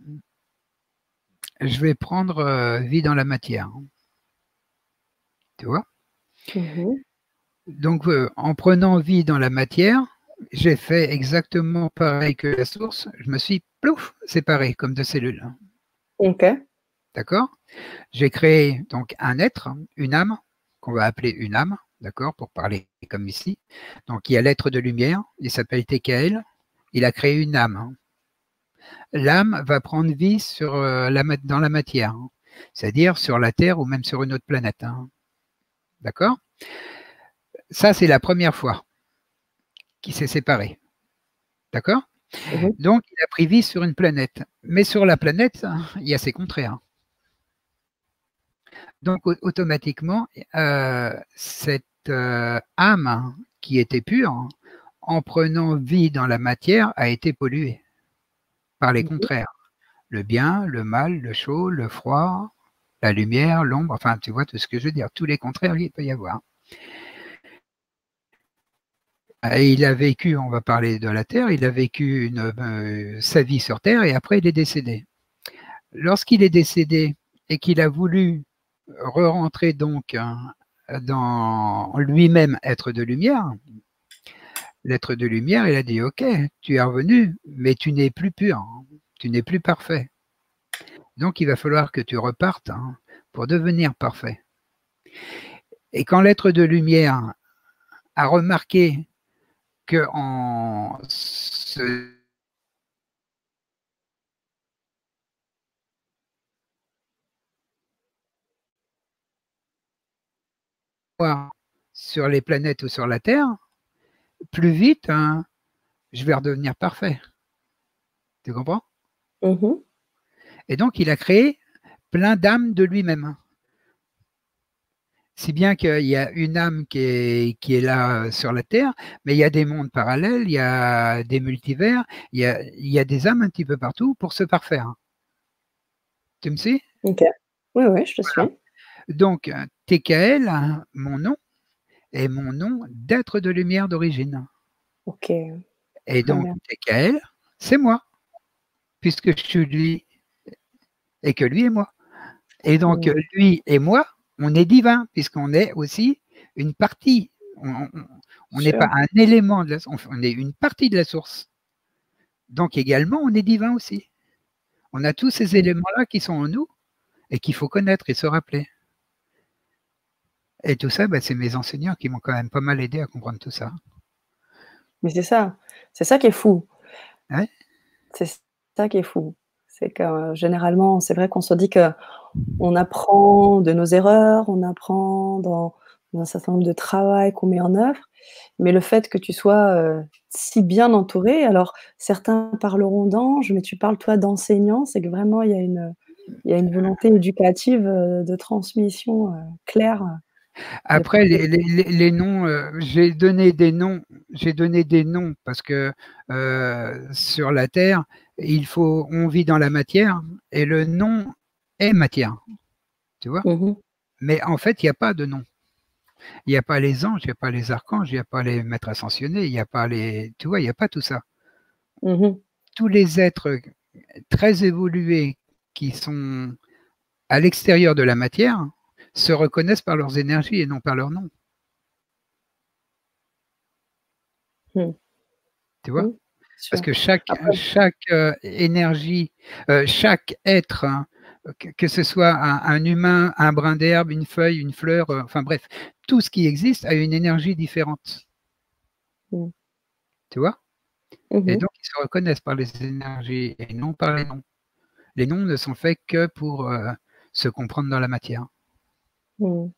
je vais prendre vie dans la matière. Tu vois? Mmh. Donc, en prenant vie dans la matière, j'ai fait exactement pareil que la source. Je me suis plouf, séparé comme deux cellules. OK. D'accord? J'ai créé donc un être, une âme, qu'on va appeler une âme, d'accord, pour parler comme ici. Donc il y a l'être de lumière, il s'appelle TKL, il a créé une âme. L'âme va prendre vie sur, dans la matière, hein, c'est-à-dire sur la Terre ou même sur une autre planète. Hein. D'accord? Ça, c'est la première fois qu'il s'est séparé. D'accord? Mmh. Donc, il a pris vie sur une planète. Mais sur la planète, il y a ses contraires. Donc, automatiquement, cette âme qui était pure, en prenant vie dans la matière, a été polluée par les Mmh. contraires. Le bien, le mal, le chaud, le froid, la lumière, l'ombre, enfin, tu vois tout ce que je veux dire. Tous les contraires, il peut y avoir. Et il a vécu, on va parler de la Terre, il a vécu sa vie sur Terre et après il est décédé. Lorsqu'il est décédé et qu'il a voulu re-rentrer donc dans lui-même être de lumière, l'être de lumière, il a dit, OK, tu es revenu, mais tu n'es plus pur, hein, tu n'es plus parfait. Donc, il va falloir que tu repartes hein, pour devenir parfait. Et quand l'être de lumière a remarqué que en se sur les planètes ou sur la Terre, plus vite, hein, je vais redevenir parfait. Tu comprends? Mmh. Et donc, il a créé plein d'âmes de lui-même. Si bien qu'il y a une âme qui est là sur la Terre, mais il y a des mondes parallèles, il y a des multivers, il y a des âmes un petit peu partout pour se parfaire. Tu me suis? OK. Oui, oui, je te Voilà. suis. Donc, TKL, mon nom, est mon nom d'être de lumière d'origine. OK, Et très donc, bien. TKL, c'est moi, puisque je suis lui et que lui est moi. Et donc, Mmh. lui et moi, on est divin, puisqu'on est aussi une partie. On n'est pas Sûr. un élément de la source, on est une partie de la source. Donc, également, on est divin aussi. On a tous ces Mmh. éléments-là qui sont en nous et qu'il faut connaître et se rappeler. Et tout ça, bah, c'est mes enseignants qui m'ont quand même pas mal aidé à comprendre tout ça. Mais c'est ça qui est fou. Ouais. C'est ça qui est fou. C'est que, généralement, c'est vrai qu'on se dit qu'on apprend de nos erreurs, on apprend dans un certain nombre de travail qu'on met en œuvre, mais le fait que tu sois, si bien entouré, alors certains parleront d'anges, mais tu parles toi d'enseignant, c'est que vraiment il y a une volonté éducative, de transmission, claire, de part Après, et les noms, j'ai donné des noms parce que sur la Terre, on vit dans la matière et le nom est matière, tu vois. Mmh mh. Mais en fait, il n'y a pas de nom. Il n'y a pas les anges, il n'y a pas les archanges, il n'y a pas les maîtres ascensionnés, il n'y a pas tu vois, il n'y a pas tout ça. Mmh. Tous les êtres très évolués qui sont à l'extérieur de la matière se reconnaissent par leurs énergies et non par leur nom, Mmh. tu vois. Mmh. Parce Sûr. que Après chaque énergie, chaque être, hein, que ce soit un humain, un brin d'herbe, une feuille, une fleur, enfin bref, tout ce qui existe a une énergie différente, mmh. tu vois. Mmh Et mh. donc, ils se reconnaissent par les énergies et non par les noms. Les noms ne sont faits que pour se comprendre dans la matière. Mmh.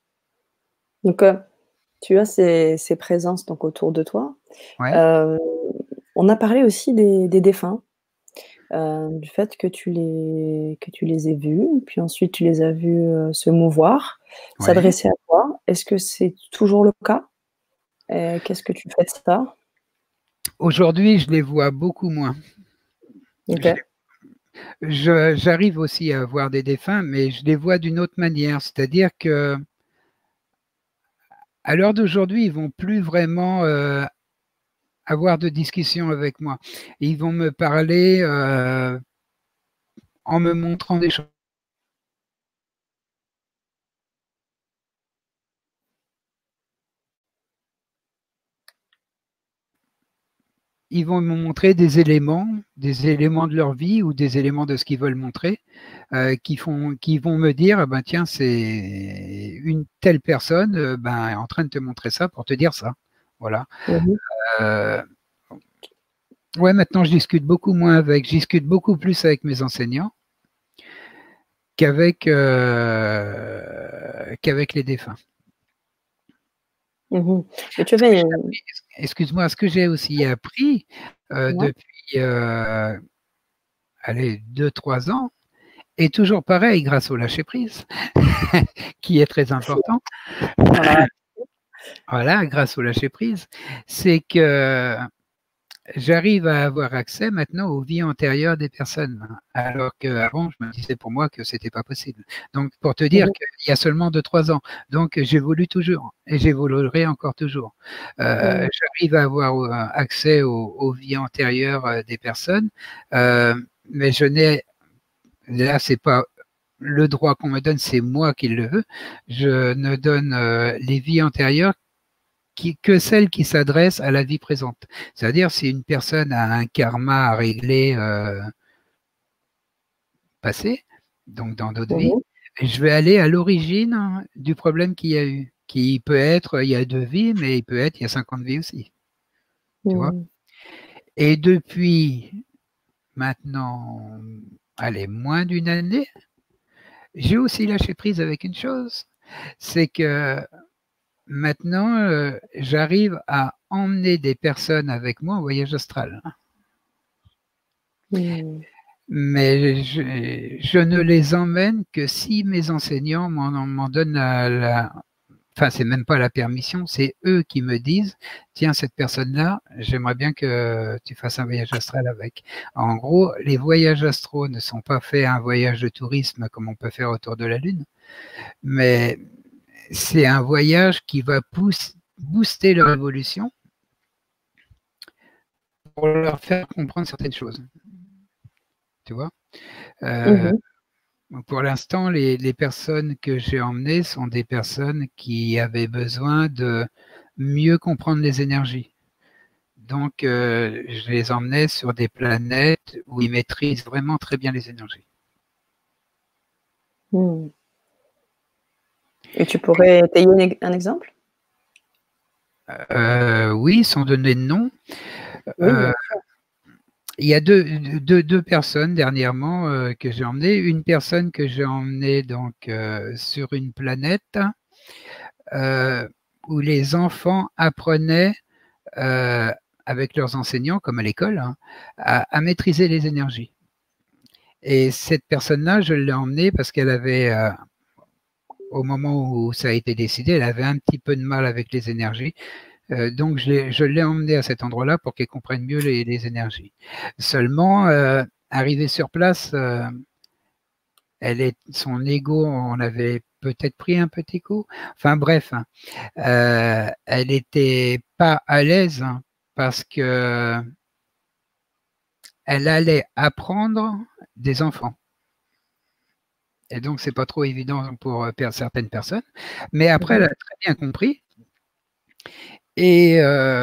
Donc, tu as ces présences donc autour de toi. Ouais, Heu, On a parlé aussi des défunts, du fait que tu les aies vus, puis ensuite tu les as vus, se mouvoir, Ouais. s'adresser à toi. Est-ce que c'est toujours le cas? Qu'est-ce que tu fais de ça? Aujourd'hui, je les vois beaucoup moins. Je OK. j'arrive aussi à voir des défunts, mais je les vois d'une autre manière. C'est-à-dire que à l'heure d'aujourd'hui, ils vont plus vraiment, avoir de discussion avec moi. Ils vont me parler, en me montrant des choses. Ils vont me montrer des éléments de leur vie ou des éléments de ce qu'ils veulent montrer, qui vont me dire: «Ah ben tiens, c'est une telle personne, ben, est en train de te montrer ça pour te dire ça». Voilà. Mmh mh. Heu, ouais, maintenant je discute beaucoup plus avec mes enseignants qu'avec les défunts. Mmh. Et tu Ce que avais j'ai appris excuse-moi, ce que j'ai aussi appris, ouais? depuis, allez 2-3 ans, et toujours pareil grâce au lâcher prise, qui est très important. Voilà. Voilà, grâce au lâcher prise, c'est que j'arrive à avoir accès maintenant aux vies antérieures des personnes, alors qu'avant, je me disais pour moi que c'était pas possible. Donc pour te Mmh dire mh. qu'il y a seulement 2-3 ans, donc j'évolue toujours et j'évoluerai encore toujours. Mmh. J'arrive à avoir, accès aux vies antérieures, des personnes, mais je n'ai là, c'est pas le droit qu'on me donne, c'est moi qui le veux. Je ne donne, les vies antérieures que celles qui s'adressent à la vie présente. C'est-à-dire si une personne a un karma à régler, passé, donc dans d'autres Mmh vies, mh. je vais aller à l'origine du problème qu'il y a eu, qui peut être il y a 2 vies, mais il peut être il y a 50 vies aussi, tu vois? Mmh. Et depuis maintenant, allez, moins d'une année, j'ai aussi lâché prise avec une chose, c'est que maintenant, j'arrive à emmener des personnes avec moi en voyage astral. Mmh. Mais je ne les emmène que si mes enseignants m'en donnent la enfin, c'est même pas la permission, c'est eux qui me disent: «Tiens, cette personne-là, j'aimerais bien que tu fasses un voyage astral avec». En gros, les voyages astraux ne sont pas faits un voyage de tourisme comme on peut faire autour de la Lune, mais c'est un voyage qui va booster leur évolution pour leur faire comprendre certaines choses, tu vois? Mmh Heu mh. Pour l'instant, les personnes que j'ai emmenées sont des personnes qui avaient besoin de mieux comprendre les énergies. Donc, je les emmenais sur des planètes où ils maîtrisent vraiment très bien les énergies. Mmh. Et tu pourrais étayer un exemple? Oui, sans donner de nom. Oui, Heu, bien sûr. il y a deux personnes dernièrement, que j'ai emmenées. Une personne que j'ai emmenée donc, sur une planète, heu, où les enfants apprenaient, heu, avec leurs enseignants, comme à l'école, hein, à maîtriser les énergies. Et cette personne-là, je l'ai emmenée parce qu'elle avait, au moment où ça a été décidé, elle avait un petit peu de mal avec les énergies. Donc je l'ai emmenée à cet endroit-là pour qu'elle comprenne mieux les énergies. Seulement, arrivée sur place, son ego en avait peut-être pris un petit coup. Enfin bref, hein, elle était pas à l'aise, hein, parce qu'elle allait apprendre des enfants, et donc c'est pas trop évident pour, certaines personnes. Mais Mmh après, elle mh. a très bien compris, et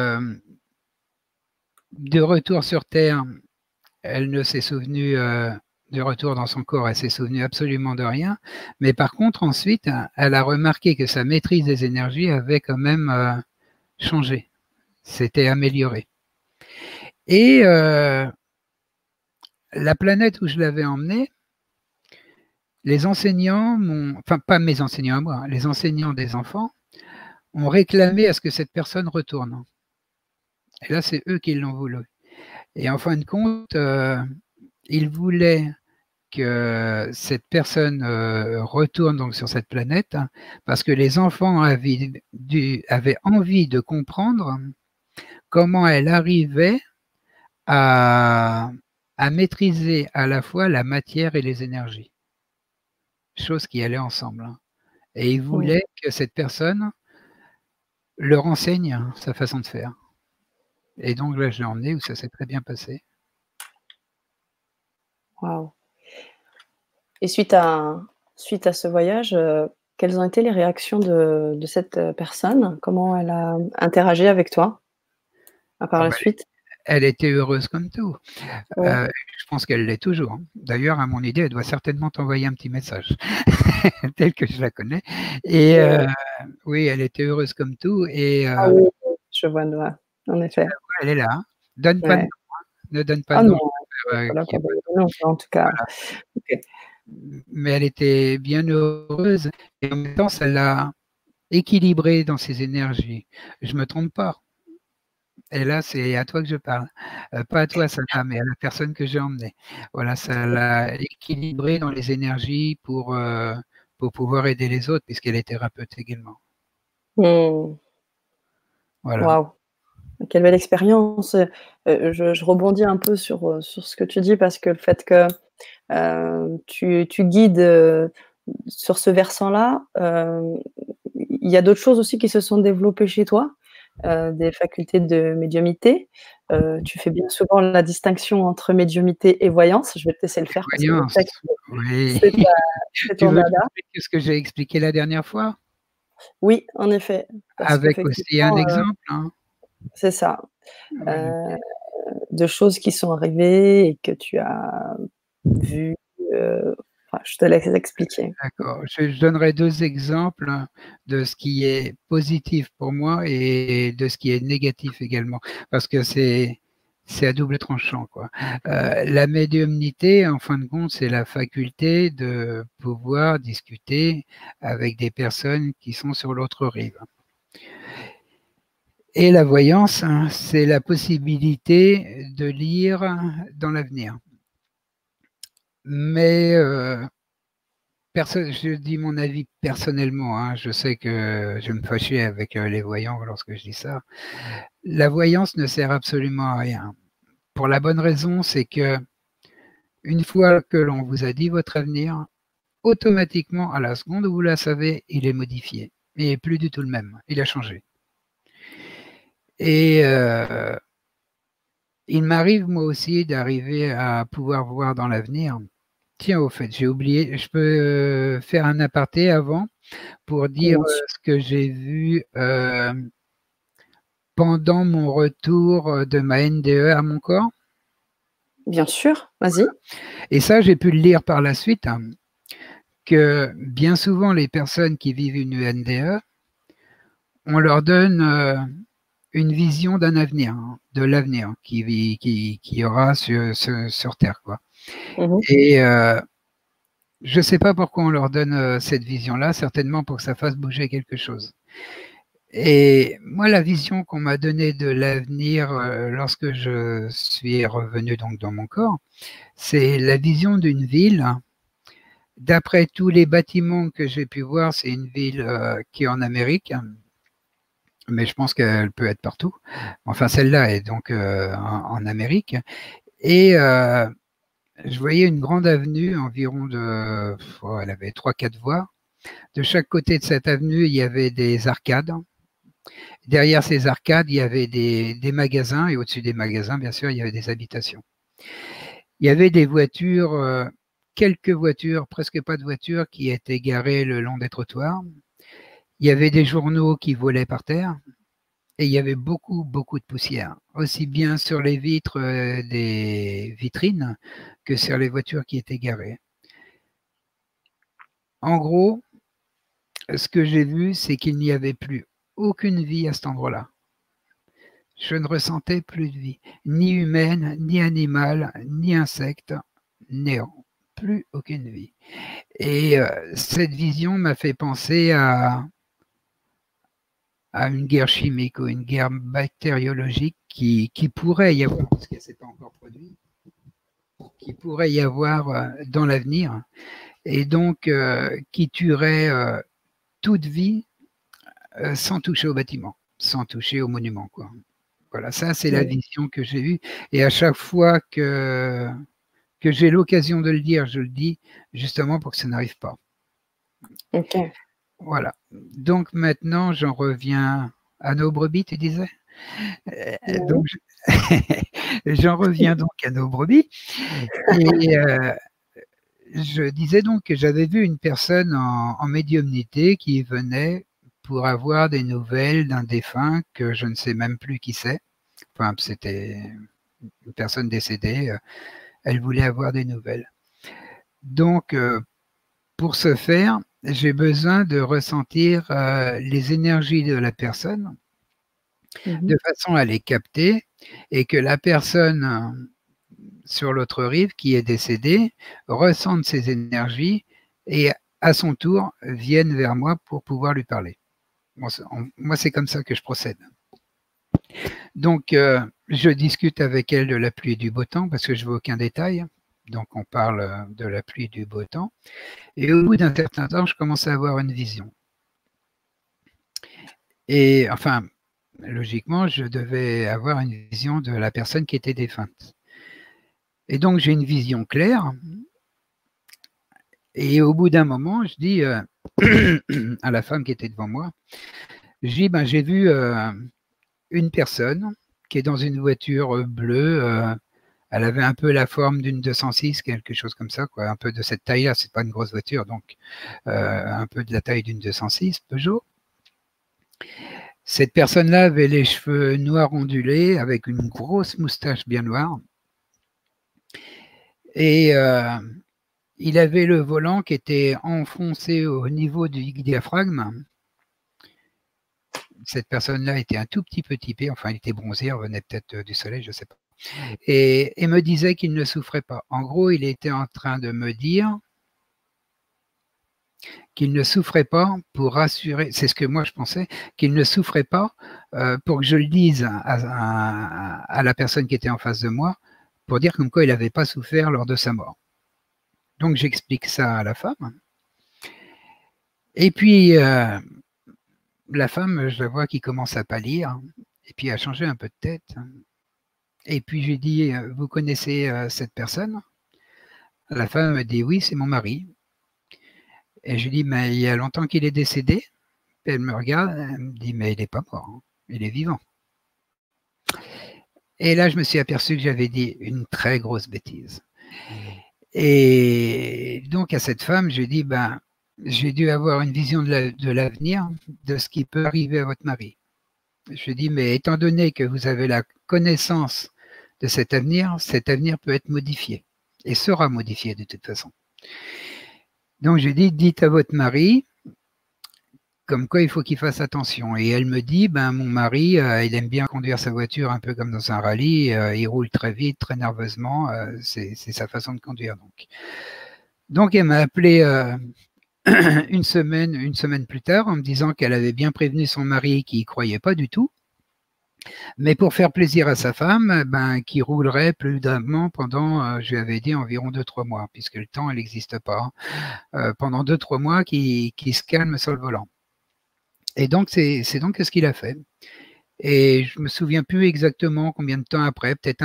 de retour sur terre, elle ne s'est souvenue, de retour dans son corps, elle s'est souvenue absolument de rien. Mais par contre ensuite, elle a remarqué que sa maîtrise des énergies avait quand même, changé, s'était améliorée. Et la planète où je l'avais emmenée, les enseignants m'ont, enfin pas mes enseignants à moi, hein, les enseignants des enfants ont réclamé à ce que cette personne retourne. Et là, c'est eux qui l'ont voulu. Et en fin de compte, il voulait que cette personne retourne donc sur cette planète, hein, parce que les enfants avaient envie de comprendre comment elle arrivait à, à maîtriser à la fois la matière et les énergies, choses qui allaient ensemble, hein. Et il Mmh. voulait que cette personne leur enseigne, hein, sa façon de faire. Et donc là, je l'ai emmené où ça s'est très bien passé. Waouh. Et suite à ce voyage, quelles ont été les réactions de cette, personne? Comment elle a interagi avec toi, par Ah la bah, suite? elle était heureuse comme tout. Ouais. Je pense qu'elle l'est toujours, hein. D'ailleurs, à mon idée, elle doit certainement t'envoyer un petit message, tel que je la connais. Et Ouais. oui, elle était heureuse comme tout. Et Ah oui, oui, je vois, en effet. elle est là, hein. Donne pas de Ouais. nom, ne donne pas Oh de nom, non, elle est pas là qui est pour pas donner de nom, en tout cas. voilà. OK. Mais elle était bien heureuse et en même temps, ça l'a équilibrée dans ses énergies. Je me trompe pas. Et là, c'est à toi que je parle. Pas à toi, Sana, mais à la personne que j'ai emmenée. Voilà, ça l'a équilibrée dans les énergies pour pouvoir aider les autres, puisqu'elle est thérapeute également. Mmh. Voilà. Waouh! Quelle belle expérience, je rebondis un peu sur ce que tu dis parce que le fait que, tu guides, sur ce versant-là, il y a d'autres choses aussi qui se sont développées chez toi, des facultés de médiumnité. Tu fais bien souvent la distinction entre médiumité et voyance. Je vais te laisser le faire parce que je Voyance, sais que oui. c'est ta c'est Tu ton veux que dada. j'explique ce que j'ai expliqué la dernière fois? Oui, en effet, parce Avec aussi un qu'effectivement, exemple, hein. c'est ça, Ouais, heu, de choses qui sont arrivées et que tu as vues, je te laisse expliquer. d'accord. Je donnerai 2 exemples, hein, de ce qui est positif pour moi et de ce qui est négatif également, parce que c'est à double tranchant, quoi. La médiumnité, en fin de compte, c'est la faculté de pouvoir discuter avec des personnes qui sont sur l'autre rive. Et la voyance, hein, c'est la possibilité de lire dans l'avenir. Mais je dis mon avis personnellement, hein, je sais que je vais me fâcher avec les voyants lorsque je dis ça. La voyance ne sert absolument à rien. Pour la bonne raison, c'est que une fois que l'on vous a dit votre avenir, automatiquement, à la seconde où vous la savez, il est modifié. Il n'est plus du tout le même. Il a changé. Et il m'arrive moi aussi d'arriver à pouvoir voir dans l'avenir. Tiens, au fait, j'ai oublié, je peux faire un aparté avant pour dire Bien sûr. ce que j'ai vu pendant mon retour de ma NDE à mon corps. Bien sûr, vas-y. Et ça, j'ai pu le lire par la suite, hein, que bien souvent, les personnes qui vivent une NDE, on leur donne une vision d'un avenir, hein, de l'avenir qui aura sur Terre, quoi. Mmh mh. Et je ne sais pas pourquoi on leur donne cette vision-là, certainement pour que ça fasse bouger quelque chose. Et moi, la vision qu'on m'a donnée de l'avenir lorsque je suis revenu donc dans mon corps, c'est la vision d'une ville. D'après tous les bâtiments que j'ai pu voir, c'est une ville qui est en Amérique, mais je pense qu'elle peut être partout. Enfin, celle-là est donc en Amérique. Et je voyais une grande avenue, environ elle avait 3-4 voies. De chaque côté de cette avenue, il y avait des arcades. Derrière ces arcades, il y avait des magasins et au-dessus des magasins, bien sûr, il y avait des habitations. Il y avait des voitures, quelques voitures, presque pas de voitures qui étaient garées le long des trottoirs. Il y avait des journaux qui volaient par terre et il y avait beaucoup, beaucoup de poussière, aussi bien sur les vitres des vitrines que sur les voitures qui étaient garées. En gros, ce que j'ai vu, c'est qu'il n'y avait plus aucune vie à cet endroit-là. Je ne ressentais plus de vie, ni humaine, ni animale, ni insecte, néant, plus aucune vie. Et cette vision m'a fait penser à une guerre chimique ou une guerre bactériologique qui pourrait y avoir, parce qu'elle ne s'est pas encore produite, qui pourrait y avoir dans l'avenir, et donc qui tuerait toute vie sans toucher au bâtiment, sans toucher au monument, quoi. Voilà, ça c'est la vision que j'ai eue, et à chaque fois que j'ai l'occasion de le dire, je le dis justement pour que ça n'arrive pas. Ok. Voilà. Donc maintenant, j'en reviens à nos brebis, tu disais. Donc, j'en reviens donc à nos brebis. Et je disais donc que j'avais vu une personne en médiumnité qui venait pour avoir des nouvelles d'un défunt que je ne sais même plus qui c'est. Enfin, c'était une personne décédée. Elle voulait avoir des nouvelles. Donc, pour ce faire, j'ai besoin de ressentir les énergies de la personne de façon à les capter et que la personne sur l'autre rive qui est décédée ressente ces énergies et à son tour vienne vers moi pour pouvoir lui parler. Bon, moi, c'est comme ça que je procède. Donc, je discute avec elle de la pluie et du beau temps parce que je ne veux aucun détail. Donc, on parle de la pluie et du beau temps. Et au bout d'un certain temps, je commence à avoir une vision. Et enfin, logiquement, je devais avoir une vision de la personne qui était défunte. Et donc, j'ai une vision claire. Et au bout d'un moment, je dis à la femme qui était devant moi, je dis, ben, j'ai vu une personne qui est dans une voiture bleue. Elle avait un peu la forme d'une 206, quelque chose comme ça, quoi, un peu de cette taille-là. C'est pas une grosse voiture, donc un peu de la taille d'une 206 Peugeot. Cette personne-là avait les cheveux noirs ondulés avec une grosse moustache bien noire. Et il avait le volant qui était enfoncé au niveau du diaphragme. Cette personne-là était un tout petit peu typé, enfin il était bronzé, revenait peut-être du soleil, je ne sais pas. Et me disait qu'il ne souffrait pas. En gros, il était en train de me dire qu'il ne souffrait pas pour rassurer, c'est ce que moi je pensais, qu'il ne souffrait pas pour que je le dise à la personne qui était en face de moi, pour dire comme quoi il n'avait pas souffert lors de sa mort. Donc j'explique ça à la femme. Et puis la femme, je la vois qui commence à pâlir, et puis à changer un peu de tête. Et puis j'ai dit, vous connaissez cette personne? La femme me dit, oui, c'est mon mari. Et je lui dis, mais il y a longtemps qu'il est décédé? Et elle me regarde, elle me dit, mais il n'est pas mort, hein, il est vivant. Et là, je me suis aperçu que j'avais dit une très grosse bêtise. Et donc à cette femme, je dis, ben, j'ai dû avoir une vision de l'avenir, de ce qui peut arriver à votre mari. Je dis, mais étant donné que vous avez la connaissance de cet avenir peut être modifié et sera modifié de toute façon. Donc j'ai dit, dites à votre mari comme quoi il faut qu'il fasse attention. Et elle me dit, ben mon mari, il aime bien conduire sa voiture un peu comme dans un rallye, il roule très vite, très nerveusement, c'est sa façon de conduire. Donc elle m'a appelé une semaine plus tard en me disant qu'elle avait bien prévenu son mari qui n'y croyait pas du tout, mais pour faire plaisir à sa femme, ben, qui roulerait prudemment pendant, je lui avais dit, environ 2-3 mois, puisque le temps, il n'existe pas, pendant 2-3 mois qui se calme sur le volant. Et donc, c'est donc ce qu'il a fait. Et je ne me souviens plus exactement combien de temps après, peut-être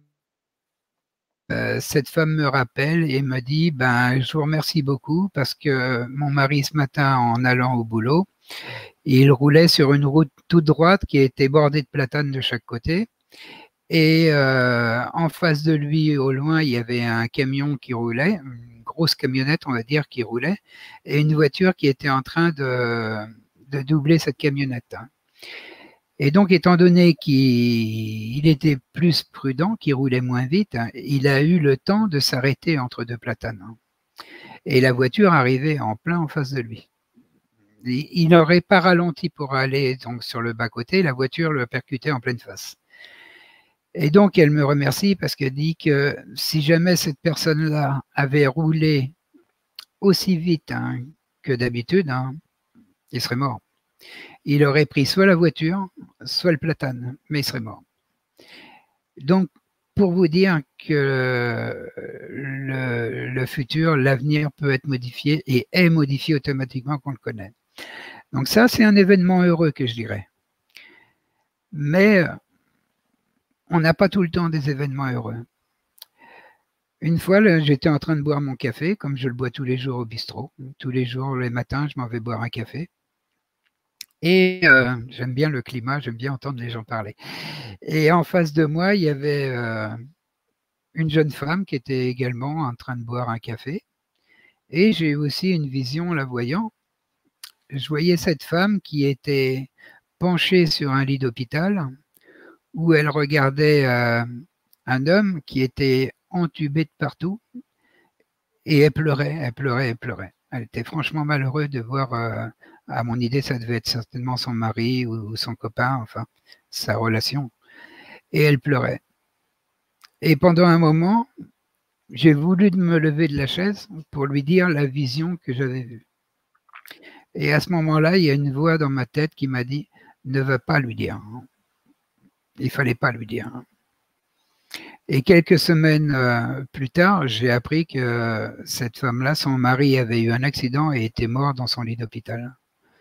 cette femme me rappelle et me dit, ben, je vous remercie beaucoup parce que mon mari, ce matin, en allant au boulot, il roulait sur une route toute droite qui était bordée de platanes de chaque côté. Et en face de lui, au loin, il y avait un camion qui roulait, une grosse camionnette, on va dire, qui roulait, et une voiture qui était en train de doubler cette camionnette. Et donc, étant donné qu'il était plus prudent, qu'il roulait moins vite, il a eu le temps de s'arrêter entre deux platanes. Et la voiture arrivait en plein en face de lui. Il n'aurait pas ralenti pour aller donc sur le bas-côté, la voiture le percutait en pleine face. Et donc, elle me remercie parce qu'elle dit que si jamais cette personne-là avait roulé aussi vite que d'habitude, il serait mort. il aurait pris soit la voiture, soit le platane, mais il serait mort. Donc, pour vous dire que le futur, l'avenir peut être modifié et est modifié automatiquement quand on le connaît. Donc ça, c'est un événement heureux que je dirais. Mais on n'a pas tout le temps des événements heureux. Une fois, j'étais en train de boire mon café, comme je le bois tous les jours au bistrot. Tous les jours, les matins, je m'en vais boire un café. Et j'aime bien le climat, j'aime bien entendre les gens parler. Et en face de moi, il y avait une jeune femme qui était également en train de boire un café. Et j'ai aussi une vision, la voyant. Je voyais cette femme qui était penchée sur un lit d'hôpital où elle regardait un homme qui était entubé de partout et elle pleurait, elle pleurait, elle pleurait. Elle était franchement malheureuse de voir, à mon idée, ça devait être certainement son mari ou son copain, enfin, sa relation. Et elle pleurait. Et pendant un moment, j'ai voulu me lever de la chaise pour lui dire la vision que j'avais vue. Et à ce moment-là, il y a une voix dans ma tête qui m'a dit « Ne va pas lui dire. Il ne fallait pas lui dire. » Et quelques semaines plus tard, j'ai appris que cette femme-là, son mari avait eu un accident et était mort dans son lit d'hôpital.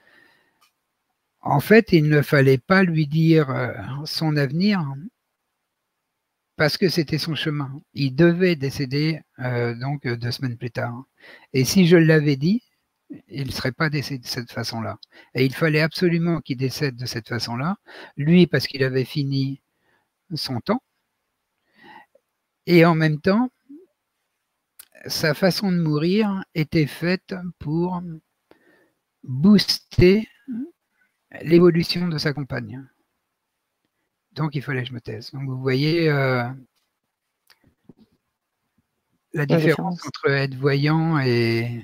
En fait, il ne fallait pas lui dire son avenir parce que c'était son chemin. Il devait décéder donc 2 semaines plus tard. Et si je l'avais dit, il ne serait pas décédé de cette façon-là. Et il fallait absolument qu'il décède de cette façon-là. Lui, parce qu'il avait fini son temps. Et en même temps, sa façon de mourir était faite pour booster l'évolution de sa compagne. Donc, il fallait que je me taise. Donc, vous voyez la différence entre être voyant et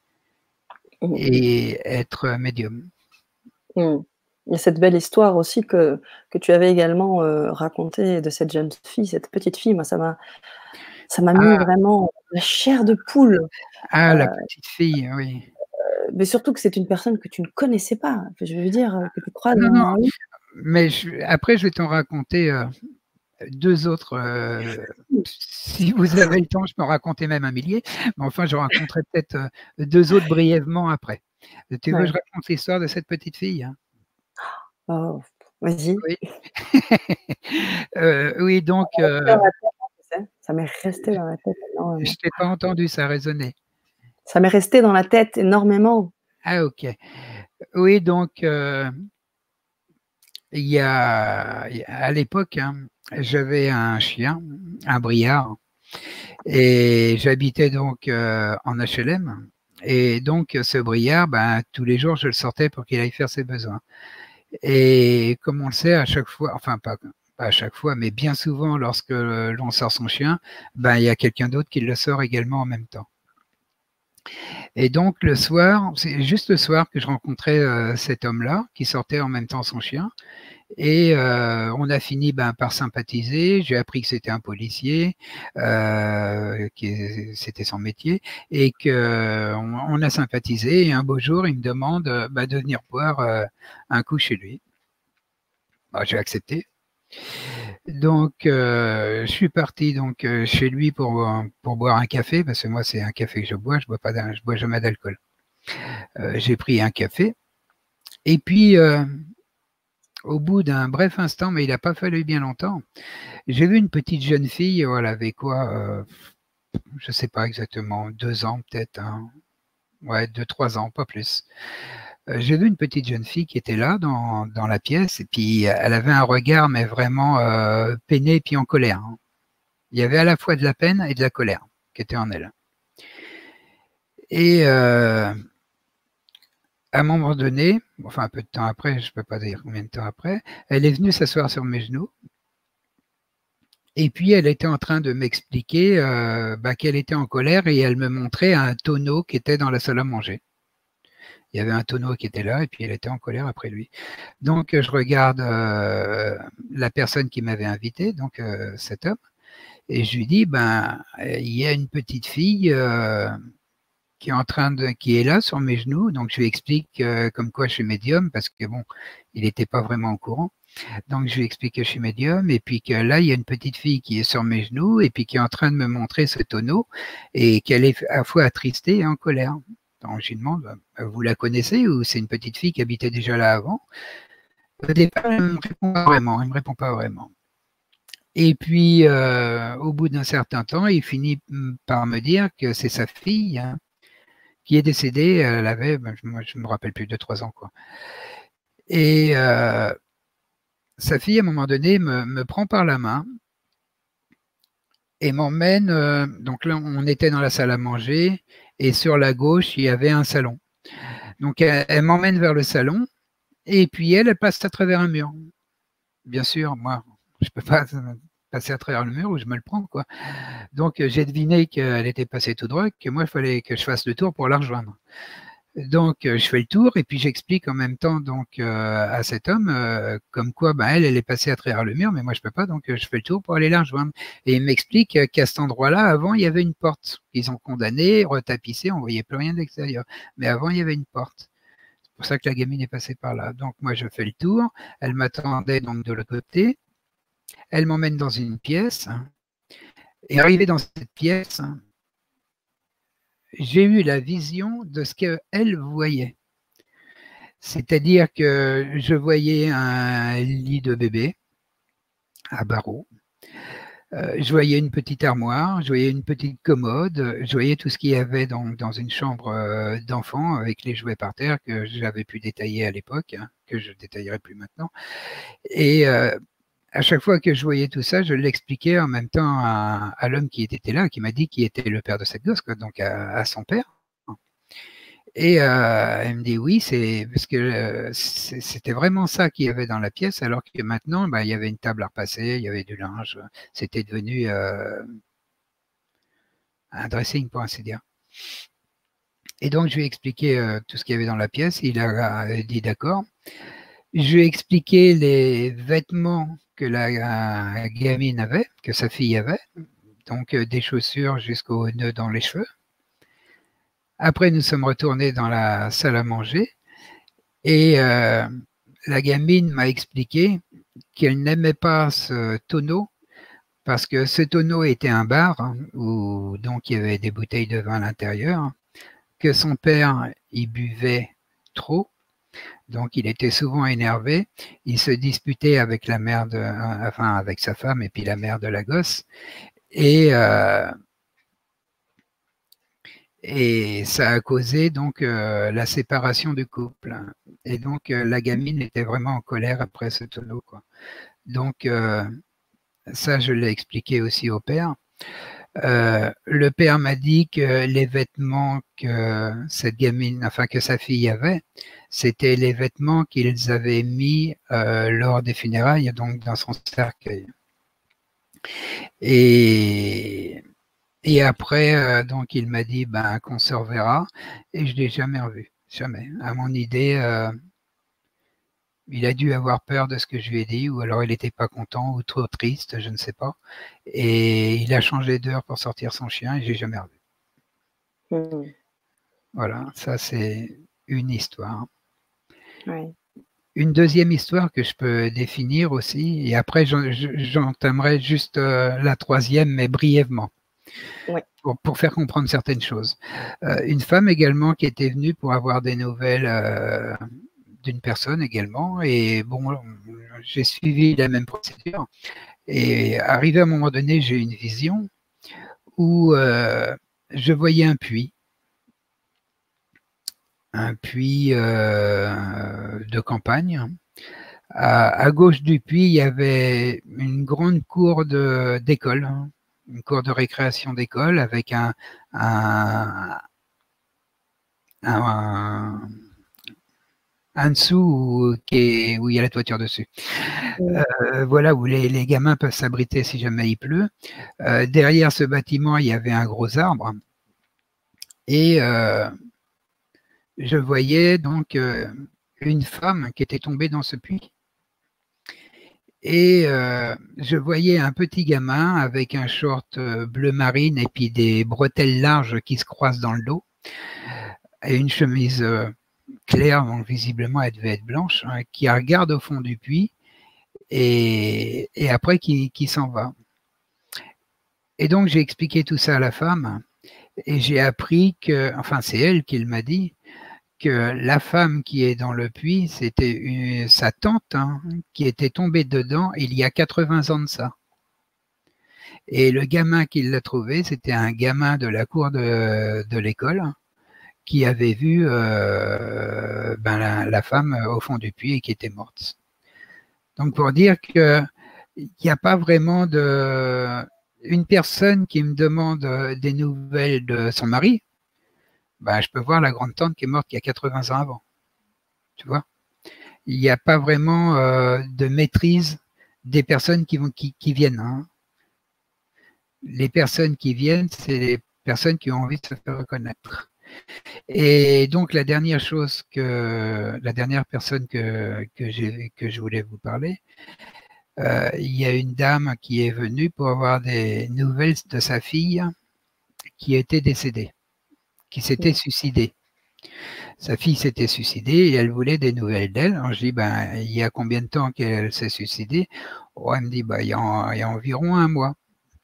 être médium. Il y a cette belle histoire aussi que tu avais également racontée de cette jeune fille, cette petite fille. Moi, ça m'a mis vraiment la chair de poule. Ah, la petite fille, oui. Mais surtout que c'est une personne que tu ne connaissais pas. Je veux dire, que tu croises non, dans la rue. Mais après, je vais t'en raconter 2 autres. Si vous avez le temps, je peux en raconter même 1 millier. Mais enfin, je raconterai peut-être 2 autres brièvement après. Tu veux que je raconte l'histoire de cette petite fille? Oh, vas-y. Oui. Oui, donc. Ça m'est resté dans la tête énormément. Je t'ai pas entendu, ça résonnait. Ça m'est resté dans la tête énormément. Ah, ok. Oui, donc, il y a à l'époque, j'avais un chien, un briard, et j'habitais donc en HLM. Et donc, ce briard, tous les jours, je le sortais pour qu'il aille faire ses besoins. Et comme on le sait, à chaque fois, enfin pas à chaque fois, mais bien souvent, lorsque l'on sort son chien, il y a quelqu'un d'autre qui le sort également en même temps. Et donc le soir, c'est juste le soir que je rencontrais cet homme-là qui sortait en même temps son chien. Et on a fini par sympathiser. J'ai appris que c'était un policier, c'était son métier, et qu'on a sympathisé. Et un beau jour, il me demande de venir boire un coup chez lui. J'ai accepté. Donc, je suis parti donc chez lui pour boire un café, parce que moi, c'est un café que je bois jamais d'alcool. J'ai pris un café, et puis au bout d'un bref instant, mais il n'a pas fallu bien longtemps, j'ai vu une petite jeune fille, elle avait quoi, je ne sais pas exactement, 2 ans peut-être, hein. Ouais, 2-3 ans, pas plus. J'ai vu une petite jeune fille qui était là dans la pièce, et puis elle avait un regard, mais vraiment peiné, puis en colère, hein. Il y avait à la fois de la peine et de la colère qui était en elle. Et à un moment donné, enfin un peu de temps après, je ne peux pas dire combien de temps après, elle est venue s'asseoir sur mes genoux. Et puis elle était en train de m'expliquer qu'elle était en colère, et elle me montrait un tonneau qui était dans la salle à manger. Il y avait un tonneau qui était là, et puis elle était en colère après lui. Donc je regarde la personne qui m'avait invité, donc cet homme, et je lui dis, il y a une petite fille qui est là sur mes genoux. Donc, je lui explique comme quoi je suis médium, parce que bon, il n'était pas vraiment au courant. Donc, je lui explique que je suis médium, et puis que là, il y a une petite fille qui est sur mes genoux, et puis qui est en train de me montrer ce tonneau, et qu'elle est à la fois attristée et en colère. Donc, je lui demande, vous la connaissez, ou c'est une petite fille qui habitait déjà là avant? Au départ, il ne me répond pas vraiment. Il me répond pas vraiment. Et puis, au bout d'un certain temps, il finit par me dire que c'est sa fille, hein, qui est décédée. Elle avait, moi, je me rappelle plus, 2-3 ans, quoi. Et sa fille, à un moment donné, me prend par la main et m'emmène. Donc là, on était dans la salle à manger, et sur la gauche, il y avait un salon. Donc, elle m'emmène vers le salon, et puis elle passe à travers un mur. Bien sûr, moi, je peux pas passer à travers le mur où je me le prends, quoi. Donc, j'ai deviné qu'elle était passée tout droit, que moi, il fallait que je fasse le tour pour la rejoindre. Donc, je fais le tour, et puis j'explique en même temps donc à cet homme comme quoi elle est passée à travers le mur, mais moi je peux pas, donc je fais le tour pour aller la rejoindre. Et il m'explique qu'à cet endroit-là, avant, il y avait une porte. Ils ont condamné, retapissé, on voyait plus rien d'extérieur. Mais avant, il y avait une porte. C'est pour ça que la gamine est passée par là. Donc moi, je fais le tour. Elle m'attendait donc de l'autre côté. Elle m'emmène dans une pièce. Et arrivé dans cette pièce, j'ai eu la vision de ce qu'elle voyait. C'est-à-dire que je voyais un lit de bébé à barreaux, je voyais une petite armoire, je voyais une petite commode, je voyais tout ce qu'il y avait dans une chambre d'enfant avec les jouets par terre que j'avais pu détailler à l'époque, hein, que je ne détaillerai plus maintenant. Et à chaque fois que je voyais tout ça, je l'expliquais en même temps à l'homme qui était là, qui m'a dit qu'il était le père de cette gosse, quoi, donc à son père. Et elle me dit oui, c'est parce que c'était vraiment ça qu'il y avait dans la pièce, alors que maintenant, il y avait une table à repasser, il y avait du linge, c'était devenu un dressing, pour ainsi dire. Et donc, je lui ai expliqué tout ce qu'il y avait dans la pièce, il a dit d'accord. Je lui ai expliqué les vêtements que la gamine avait, que sa fille avait, donc des chaussures jusqu'aux nœuds dans les cheveux. Après, nous sommes retournés dans la salle à manger, et la gamine m'a expliqué qu'elle n'aimait pas ce tonneau parce que ce tonneau était un bar, hein, où donc il y avait des bouteilles de vin à l'intérieur, que son père y buvait trop, donc il était souvent énervé, il se disputait avec la mère enfin avec sa femme et puis la mère de la gosse, et ça a causé donc la séparation du couple. Et donc la gamine était vraiment en colère après ce tonneau, quoi. Donc ça, je l'ai expliqué aussi au père. Le père m'a dit que les vêtements que cette gamine, enfin que sa fille avait, c'était les vêtements qu'ils avaient mis lors des funérailles, donc dans son cercueil. Et après, donc il m'a dit qu'on se reverra, et je ne l'ai jamais revu, jamais. À mon idée, il a dû avoir peur de ce que je lui ai dit, ou alors il n'était pas content ou trop triste, je ne sais pas. Et il a changé d'heure pour sortir son chien et je l'ai jamais revu. Voilà, ça c'est une histoire. Ouais. Une deuxième histoire que je peux définir aussi, et après j'entamerai juste la troisième, mais brièvement. Ouais. Pour faire comprendre certaines choses. Une femme également qui était venue pour avoir des nouvelles d'une personne également, et bon, j'ai suivi la même procédure, et arrivé à un moment donné, j'ai eu une vision où je voyais un puits de campagne. À gauche du puits, il y avait une grande cour d'école, une cour de récréation d'école avec un dessous où il y a la toiture dessus. Voilà, où les gamins peuvent s'abriter si jamais il pleut. Derrière ce bâtiment, il y avait un gros arbre. Et je voyais donc une femme qui était tombée dans ce puits. Et je voyais un petit gamin avec un short bleu marine et puis des bretelles larges qui se croisent dans le dos. et une chemise claire, donc visiblement elle devait être blanche, hein, qui regarde au fond du puits et après qui s'en va. Et donc j'ai expliqué tout ça à la femme et j'ai appris que, enfin c'est elle qui m'a dit, que la femme qui est dans le puits, c'était sa tante, hein, qui était tombée dedans il y a 80 ans de ça. Et le gamin qui l'a trouvé, c'était un gamin de la cour de l'école qui avait vu la femme au fond du puits et qui était morte. Donc pour dire qu'il n'y a pas vraiment une personne qui me demande des nouvelles de son mari, je peux voir la grande tante qui est morte il y a 80 ans avant. Tu vois, il n'y a pas vraiment de maîtrise des personnes qui viennent. Hein. Les personnes qui viennent, c'est les personnes qui ont envie de se faire reconnaître. Et donc la dernière personne que je voulais vous parler, il y a une dame qui est venue pour avoir des nouvelles de sa fille qui était décédée, qui s'était suicidée. Sa fille s'était suicidée et elle voulait des nouvelles d'elle. Alors je dis, il y a combien de temps qu'elle s'est suicidée? Elle me dit, il y a environ 1 mois.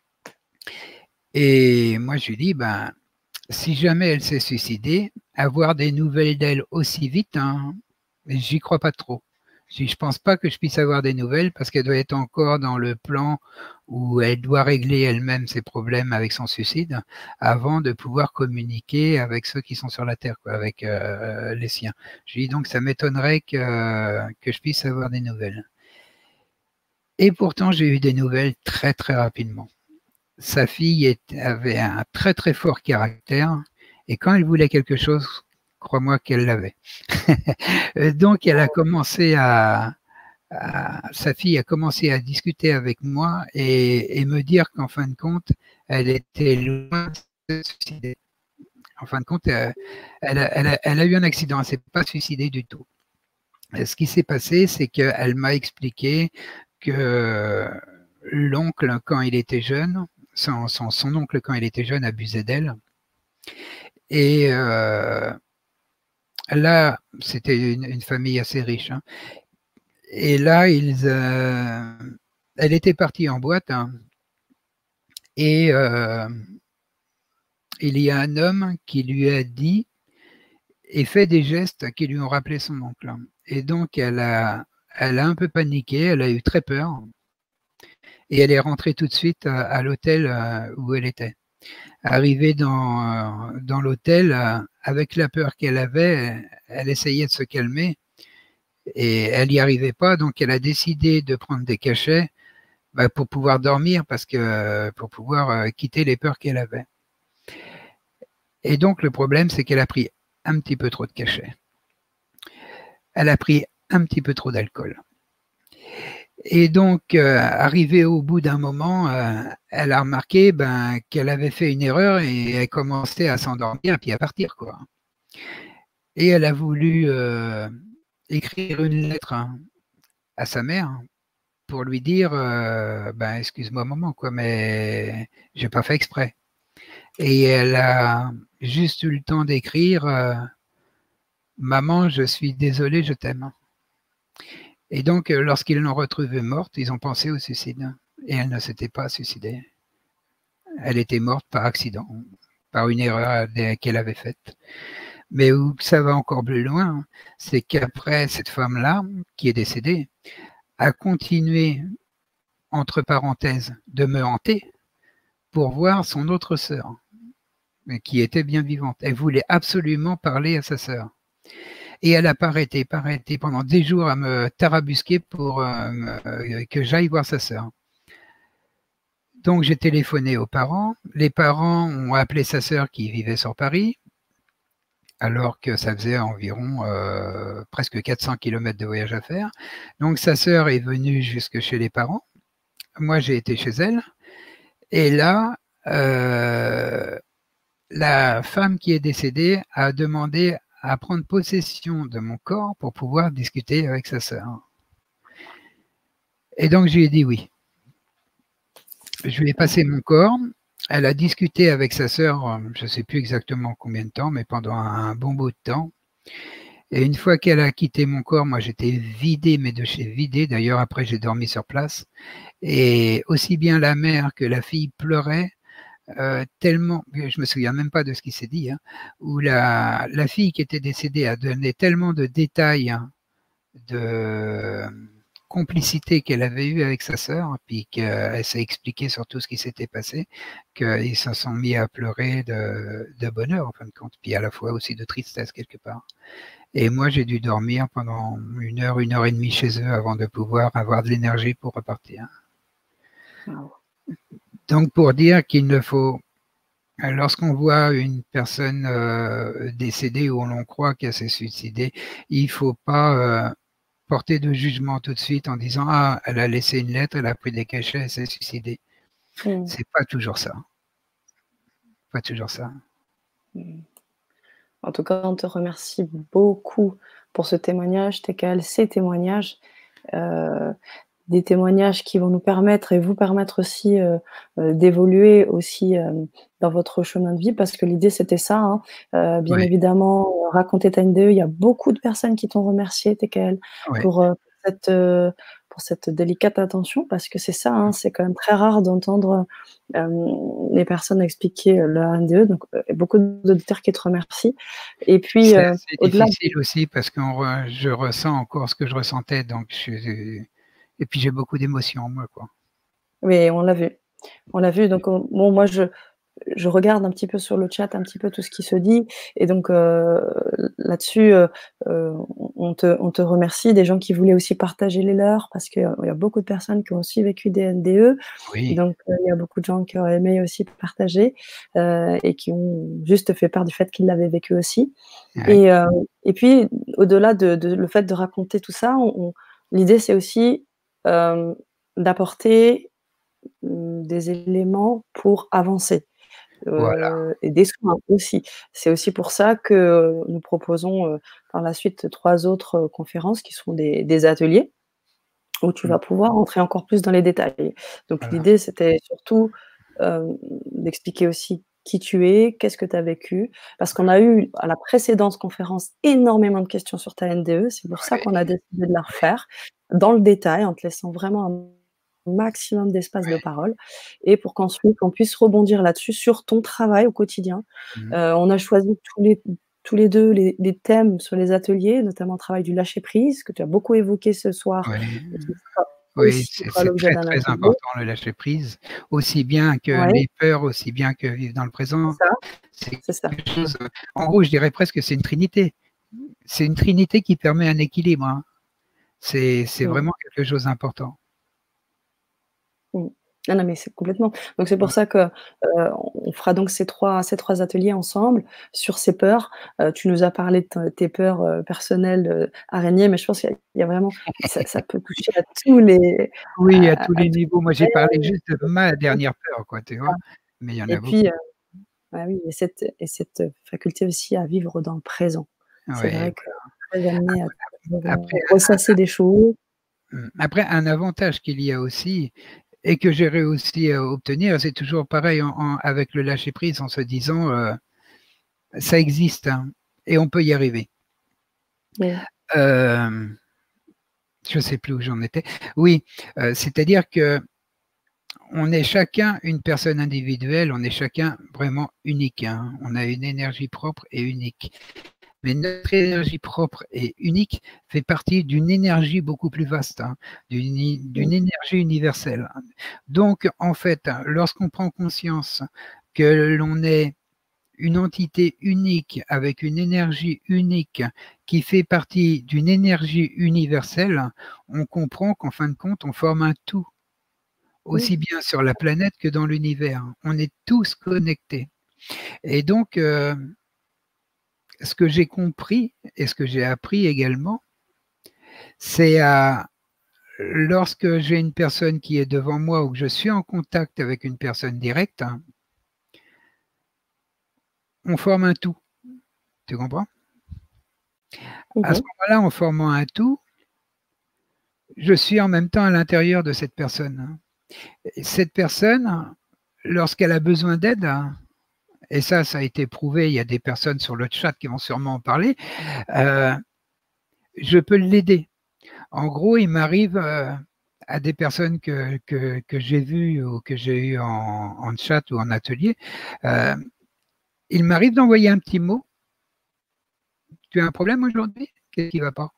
Et moi, je lui dis, si jamais elle s'est suicidée, avoir des nouvelles d'elle aussi vite, hein, j'y crois pas trop. Je pense pas que je puisse avoir des nouvelles parce qu'elle doit être encore dans le plan où elle doit régler elle-même ses problèmes avec son suicide avant de pouvoir communiquer avec ceux qui sont sur la Terre, quoi, avec les siens. Je dis donc ça m'étonnerait que je puisse avoir des nouvelles. Et pourtant, j'ai eu des nouvelles très très rapidement. Sa fille avait un très très fort caractère et quand elle voulait quelque chose, crois-moi qu'elle l'avait. Donc elle a commencé sa fille a commencé à discuter avec moi et me dire qu'en fin de compte, elle était loin de se suicider. En fin de compte, elle a eu un accident, elle ne s'est pas suicidée du tout. Et ce qui s'est passé, c'est qu'elle m'a expliqué que l'oncle, quand il était jeune, son oncle, quand il était jeune, abusait d'elle. Et là, c'était une famille assez riche. Hein. Et là, elle était partie en boîte. Hein, et il y a un homme qui lui a dit et fait des gestes qui lui ont rappelé son oncle. Et donc, elle a un peu paniqué, elle a eu très peur. Et elle est rentrée tout de suite à l'hôtel où elle était. Arrivée dans l'hôtel, avec la peur qu'elle avait, elle essayait de se calmer et elle n'y arrivait pas. Donc, elle a décidé de prendre des cachets pour pouvoir dormir, pour pouvoir quitter les peurs qu'elle avait. Et donc, le problème, c'est qu'elle a pris un petit peu trop de cachets. Elle a pris un petit peu trop d'alcool. Et donc, arrivée au bout d'un moment, elle a remarqué qu'elle avait fait une erreur et elle commençait à s'endormir puis à partir, quoi. Et elle a voulu écrire une lettre à sa mère pour lui dire excuse-moi maman, quoi, mais j'ai pas fait exprès. Et elle a juste eu le temps d'écrire maman, je suis désolée, je t'aime. Et donc, lorsqu'ils l'ont retrouvée morte, ils ont pensé au suicide. Et elle ne s'était pas suicidée. Elle était morte par accident, par une erreur qu'elle avait faite. Mais où ça va encore plus loin, c'est qu'après, cette femme-là, qui est décédée, a continué, entre parenthèses, de me hanter pour voir son autre sœur, qui était bien vivante. Elle voulait absolument parler à sa sœur. Et elle n'a pas arrêté pendant des jours à me tarabusquer pour que j'aille voir sa sœur. Donc j'ai téléphoné aux parents. Les parents ont appelé sa sœur qui vivait sur Paris, alors que ça faisait environ presque 400 km de voyage à faire. Donc sa sœur est venue jusque chez les parents. Moi, j'ai été chez elle. Et là, la femme qui est décédée a demandé à prendre possession de mon corps pour pouvoir discuter avec sa sœur. Et donc, je lui ai dit oui. Je lui ai passé mon corps. elle a discuté avec sa sœur, je ne sais plus exactement combien de temps, mais pendant un bon bout de temps. Et une fois qu'elle a quitté mon corps, moi j'étais vidé, mais de chez vidé. D'ailleurs, après, j'ai dormi sur place. Et aussi bien la mère que la fille pleuraient tellement, je me souviens même pas de ce qui s'est dit, hein, où la fille qui était décédée a donné tellement de détails, hein, de complicité qu'elle avait eue avec sa sœur, puis qu'elle s'est expliquée sur tout ce qui s'était passé, qu'ils se sont mis à pleurer de bonheur en fin de compte, puis à la fois aussi de tristesse quelque part. Et moi, j'ai dû dormir pendant 1 heure et demie chez eux avant de pouvoir avoir de l'énergie pour repartir. Wow. Donc, pour dire qu'il ne faut, lorsqu'on voit une personne décédée ou l'on croit qu'elle s'est suicidée, il ne faut pas porter de jugement tout de suite en disant « Ah, elle a laissé une lettre, elle a pris des cachets, elle s'est suicidée. » C'est pas toujours ça. Pas toujours ça. En tout cas, on te remercie beaucoup pour ce témoignage, TKL, ces témoignages. Des témoignages qui vont nous permettre et vous permettre aussi d'évoluer aussi dans votre chemin de vie, parce que l'idée c'était ça, hein. Bien Ouais, évidemment, raconter ta NDE, il y a beaucoup de personnes qui t'ont remercié, TKL, ouais. pour cette délicate attention, parce que c'est ça, hein, c'est quand même très rare d'entendre les personnes expliquer leur NDE, donc beaucoup d'auditeurs qui te remercient. Et puis, C'est au-delà. difficile aussi parce que je ressens encore ce que je ressentais, donc et puis j'ai beaucoup d'émotions en moi, quoi. Oui, on l'a vu. On l'a vu, donc bon, moi je regarde un petit peu sur le chat, un petit peu tout ce qui se dit, et donc là-dessus, on te remercie. Des gens qui voulaient aussi partager les leurs, parce qu'il y a beaucoup de personnes qui ont aussi vécu des NDE, Oui, donc il y a beaucoup de gens qui auraient aimé aussi partager, et qui ont juste fait part du fait qu'ils l'avaient vécu aussi. ouais, Et puis au-delà de le fait de raconter tout ça, l'idée c'est aussi d'apporter des éléments pour avancer, voilà, et des soins aussi. C'est aussi pour ça que nous proposons, par la suite 3 autres, conférences qui seront des ateliers où tu mmh, vas pouvoir entrer encore plus dans les détails. Donc voilà, l'idée, c'était surtout, d'expliquer aussi qui tu es, qu'est-ce que tu as vécu, parce qu'on a eu à la précédente conférence énormément de questions sur ta NDE. C'est pour ça ouais, qu'on a décidé de la refaire dans le détail, en te laissant vraiment un maximum d'espace de ouais, parole, et pour qu'ensuite on puisse rebondir là-dessus sur ton travail au quotidien. mmh, On a choisi tous les 2 les thèmes sur les ateliers, notamment le travail du lâcher prise que tu as beaucoup évoqué ce soir ouais, et qui sera oui, aussi fera c'est l'objet très, d'un très atelier. important le lâcher prise, aussi bien que Ouais, les peurs, aussi bien que vivre dans le c'est présent. ça, C'est c'est ça. quelque chose, en gros, je dirais presque que c'est une trinité. C'est une trinité qui permet un équilibre, hein. C'est Mmh. vraiment quelque chose d'important. Mmh. Ah non, mais c'est complètement. Donc c'est pour Ouais, ça que, on fera donc ces trois ateliers ensemble sur ces peurs. Tu nous as parlé de tes peurs, personnelles, araignées, mais je pense qu'il y a vraiment ça peut toucher à tous les oui, à tous à les tous niveaux. Moi, les j'ai parlé juste de ma domaines. dernière peur, quoi, tu vois? Mais il y en Et a puis, beaucoup. ah oui, et cette faculté aussi à vivre dans le présent. C'est Ouais, vrai que très amené à après ressasser des choses. après un avantage qu'il y a aussi et que j'ai réussi à obtenir, c'est toujours pareil avec le lâcher prise en se disant, ça existe, hein, et on peut y arriver. Mmh. Hem, je ne sais plus où j'en étais. Oui, c'est-à-dire que on est chacun une personne individuelle, on est chacun vraiment unique, hein. On a une énergie propre et unique. Mais notre énergie propre et unique fait partie d'une énergie beaucoup plus vaste, hein, Mmh. d'une énergie universelle. Donc, en fait, lorsqu'on prend conscience que l'on est une entité unique avec une énergie unique qui fait partie d'une énergie universelle, on comprend qu'en fin de compte, on forme un tout, Mmh. aussi bien sur la planète que dans l'univers. On est tous connectés. Et donc, ce que j'ai compris et ce que j'ai appris également, c'est lorsque j'ai une personne qui est devant moi ou que je suis en contact avec une personne directe, hein, on forme un tout. Tu comprends? Mmh À ce mh. moment-là, en formant un tout, je suis en même temps à l'intérieur de cette personne, hein. Et cette personne, lorsqu'elle a besoin d'aide, hein, et ça a été prouvé, il y a des personnes sur le chat qui vont sûrement en parler, je peux l'aider. En gros, il m'arrive à des personnes que j'ai vues ou que j'ai eues en chat ou en atelier, il m'arrive d'envoyer un petit mot. Tu as un problème aujourd'hui? Qu'est-ce qui ne va pas?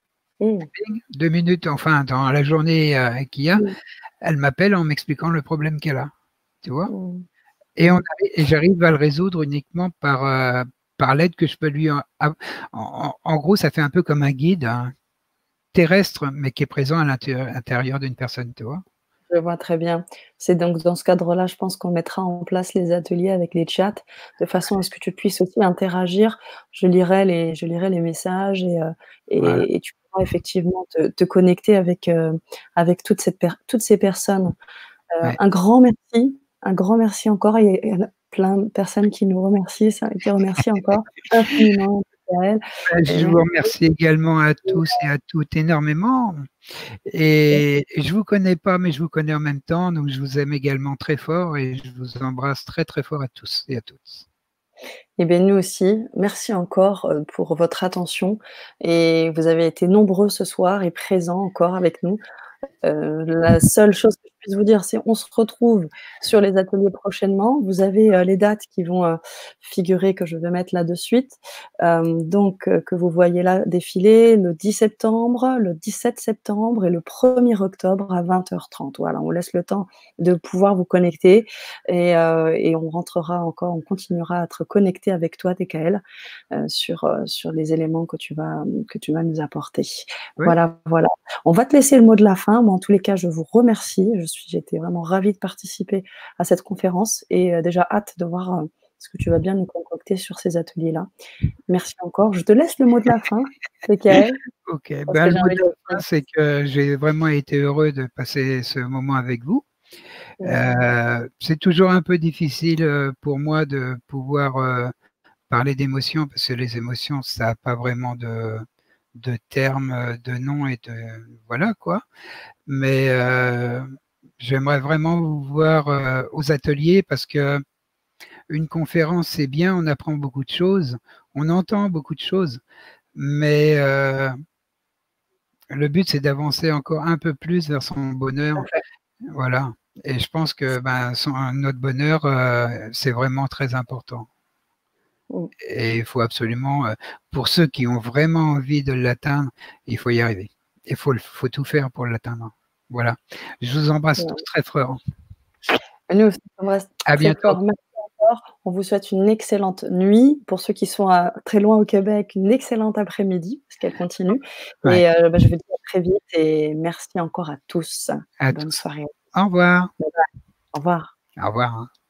2 minutes, enfin, dans la journée qu'il y a, elle m'appelle en m'expliquant le problème qu'elle a. Tu vois? Et j'arrive à le résoudre uniquement par l'aide que je peux lui. En gros, ça fait un peu comme un guide terrestre, mais qui est présent à l'intérieur d'une personne, tu vois. Je vois très bien. C'est donc dans ce cadre-là, je pense qu'on mettra en place les ateliers avec les chats, de façon à ce que tu puisses aussi interagir. Je lirai les messages Voilà. et tu pourras effectivement te connecter avec toutes ces personnes. Ouais. Un grand merci encore. Il y a plein de personnes qui nous remercient, qui remercient encore infiniment Michaël. Je vous remercie également à tous et à toutes énormément. Et je ne vous connais pas, mais je vous connais en même temps, donc je vous aime également très fort et je vous embrasse très très fort à tous et à toutes. Eh bien, nous aussi, merci encore pour votre attention et vous avez été nombreux ce soir et présents encore avec nous. La seule chose que je puisse vous dire, c'est on se retrouve sur les ateliers prochainement. Vous avez les dates qui vont figurer, que je vais mettre là de suite. Donc, que vous voyez là défiler le 10 septembre, le 17 septembre et le 1er octobre à 20h30. Voilà, on laisse le temps de pouvoir vous connecter et on rentrera encore, on continuera à être connecté avec toi, DKL, sur les éléments que tu vas nous apporter. Oui. Voilà, voilà. On va te laisser le mot de la fin. Moi, en tous les cas, je vous remercie. J'étais vraiment ravie de participer à cette conférence et déjà hâte de voir ce que tu vas bien nous concocter sur ces ateliers-là. Merci encore. Je te laisse le mot de la fin, Michaël. Ok, Le le mot de la fin, c'est que j'ai vraiment été heureux de passer ce moment avec vous. C'est toujours un peu difficile pour moi de pouvoir parler d'émotions parce que les émotions, ça n'a pas vraiment de termes, de nom et de voilà quoi. Mais j'aimerais vraiment vous voir aux ateliers parce que une conférence, c'est bien, on apprend beaucoup de choses, on entend beaucoup de choses, mais le but, c'est d'avancer encore un peu plus vers son bonheur. Voilà. Et je pense que notre bonheur, c'est vraiment très important. Et il faut absolument, pour ceux qui ont vraiment envie de l'atteindre, il faut y arriver. Il faut tout faire pour l'atteindre. Voilà. Je vous embrasse tous très fort. Nous aussi, on reste À très bientôt. fort. Merci encore. On vous souhaite une excellente nuit. Pour ceux qui sont très loin au Québec, une excellente après-midi, parce qu'elle continue. Ouais. Et je vous dis à très vite et merci encore à tous. À Bonne tous. soirée. Au revoir. Bye bye. Au revoir. Au revoir.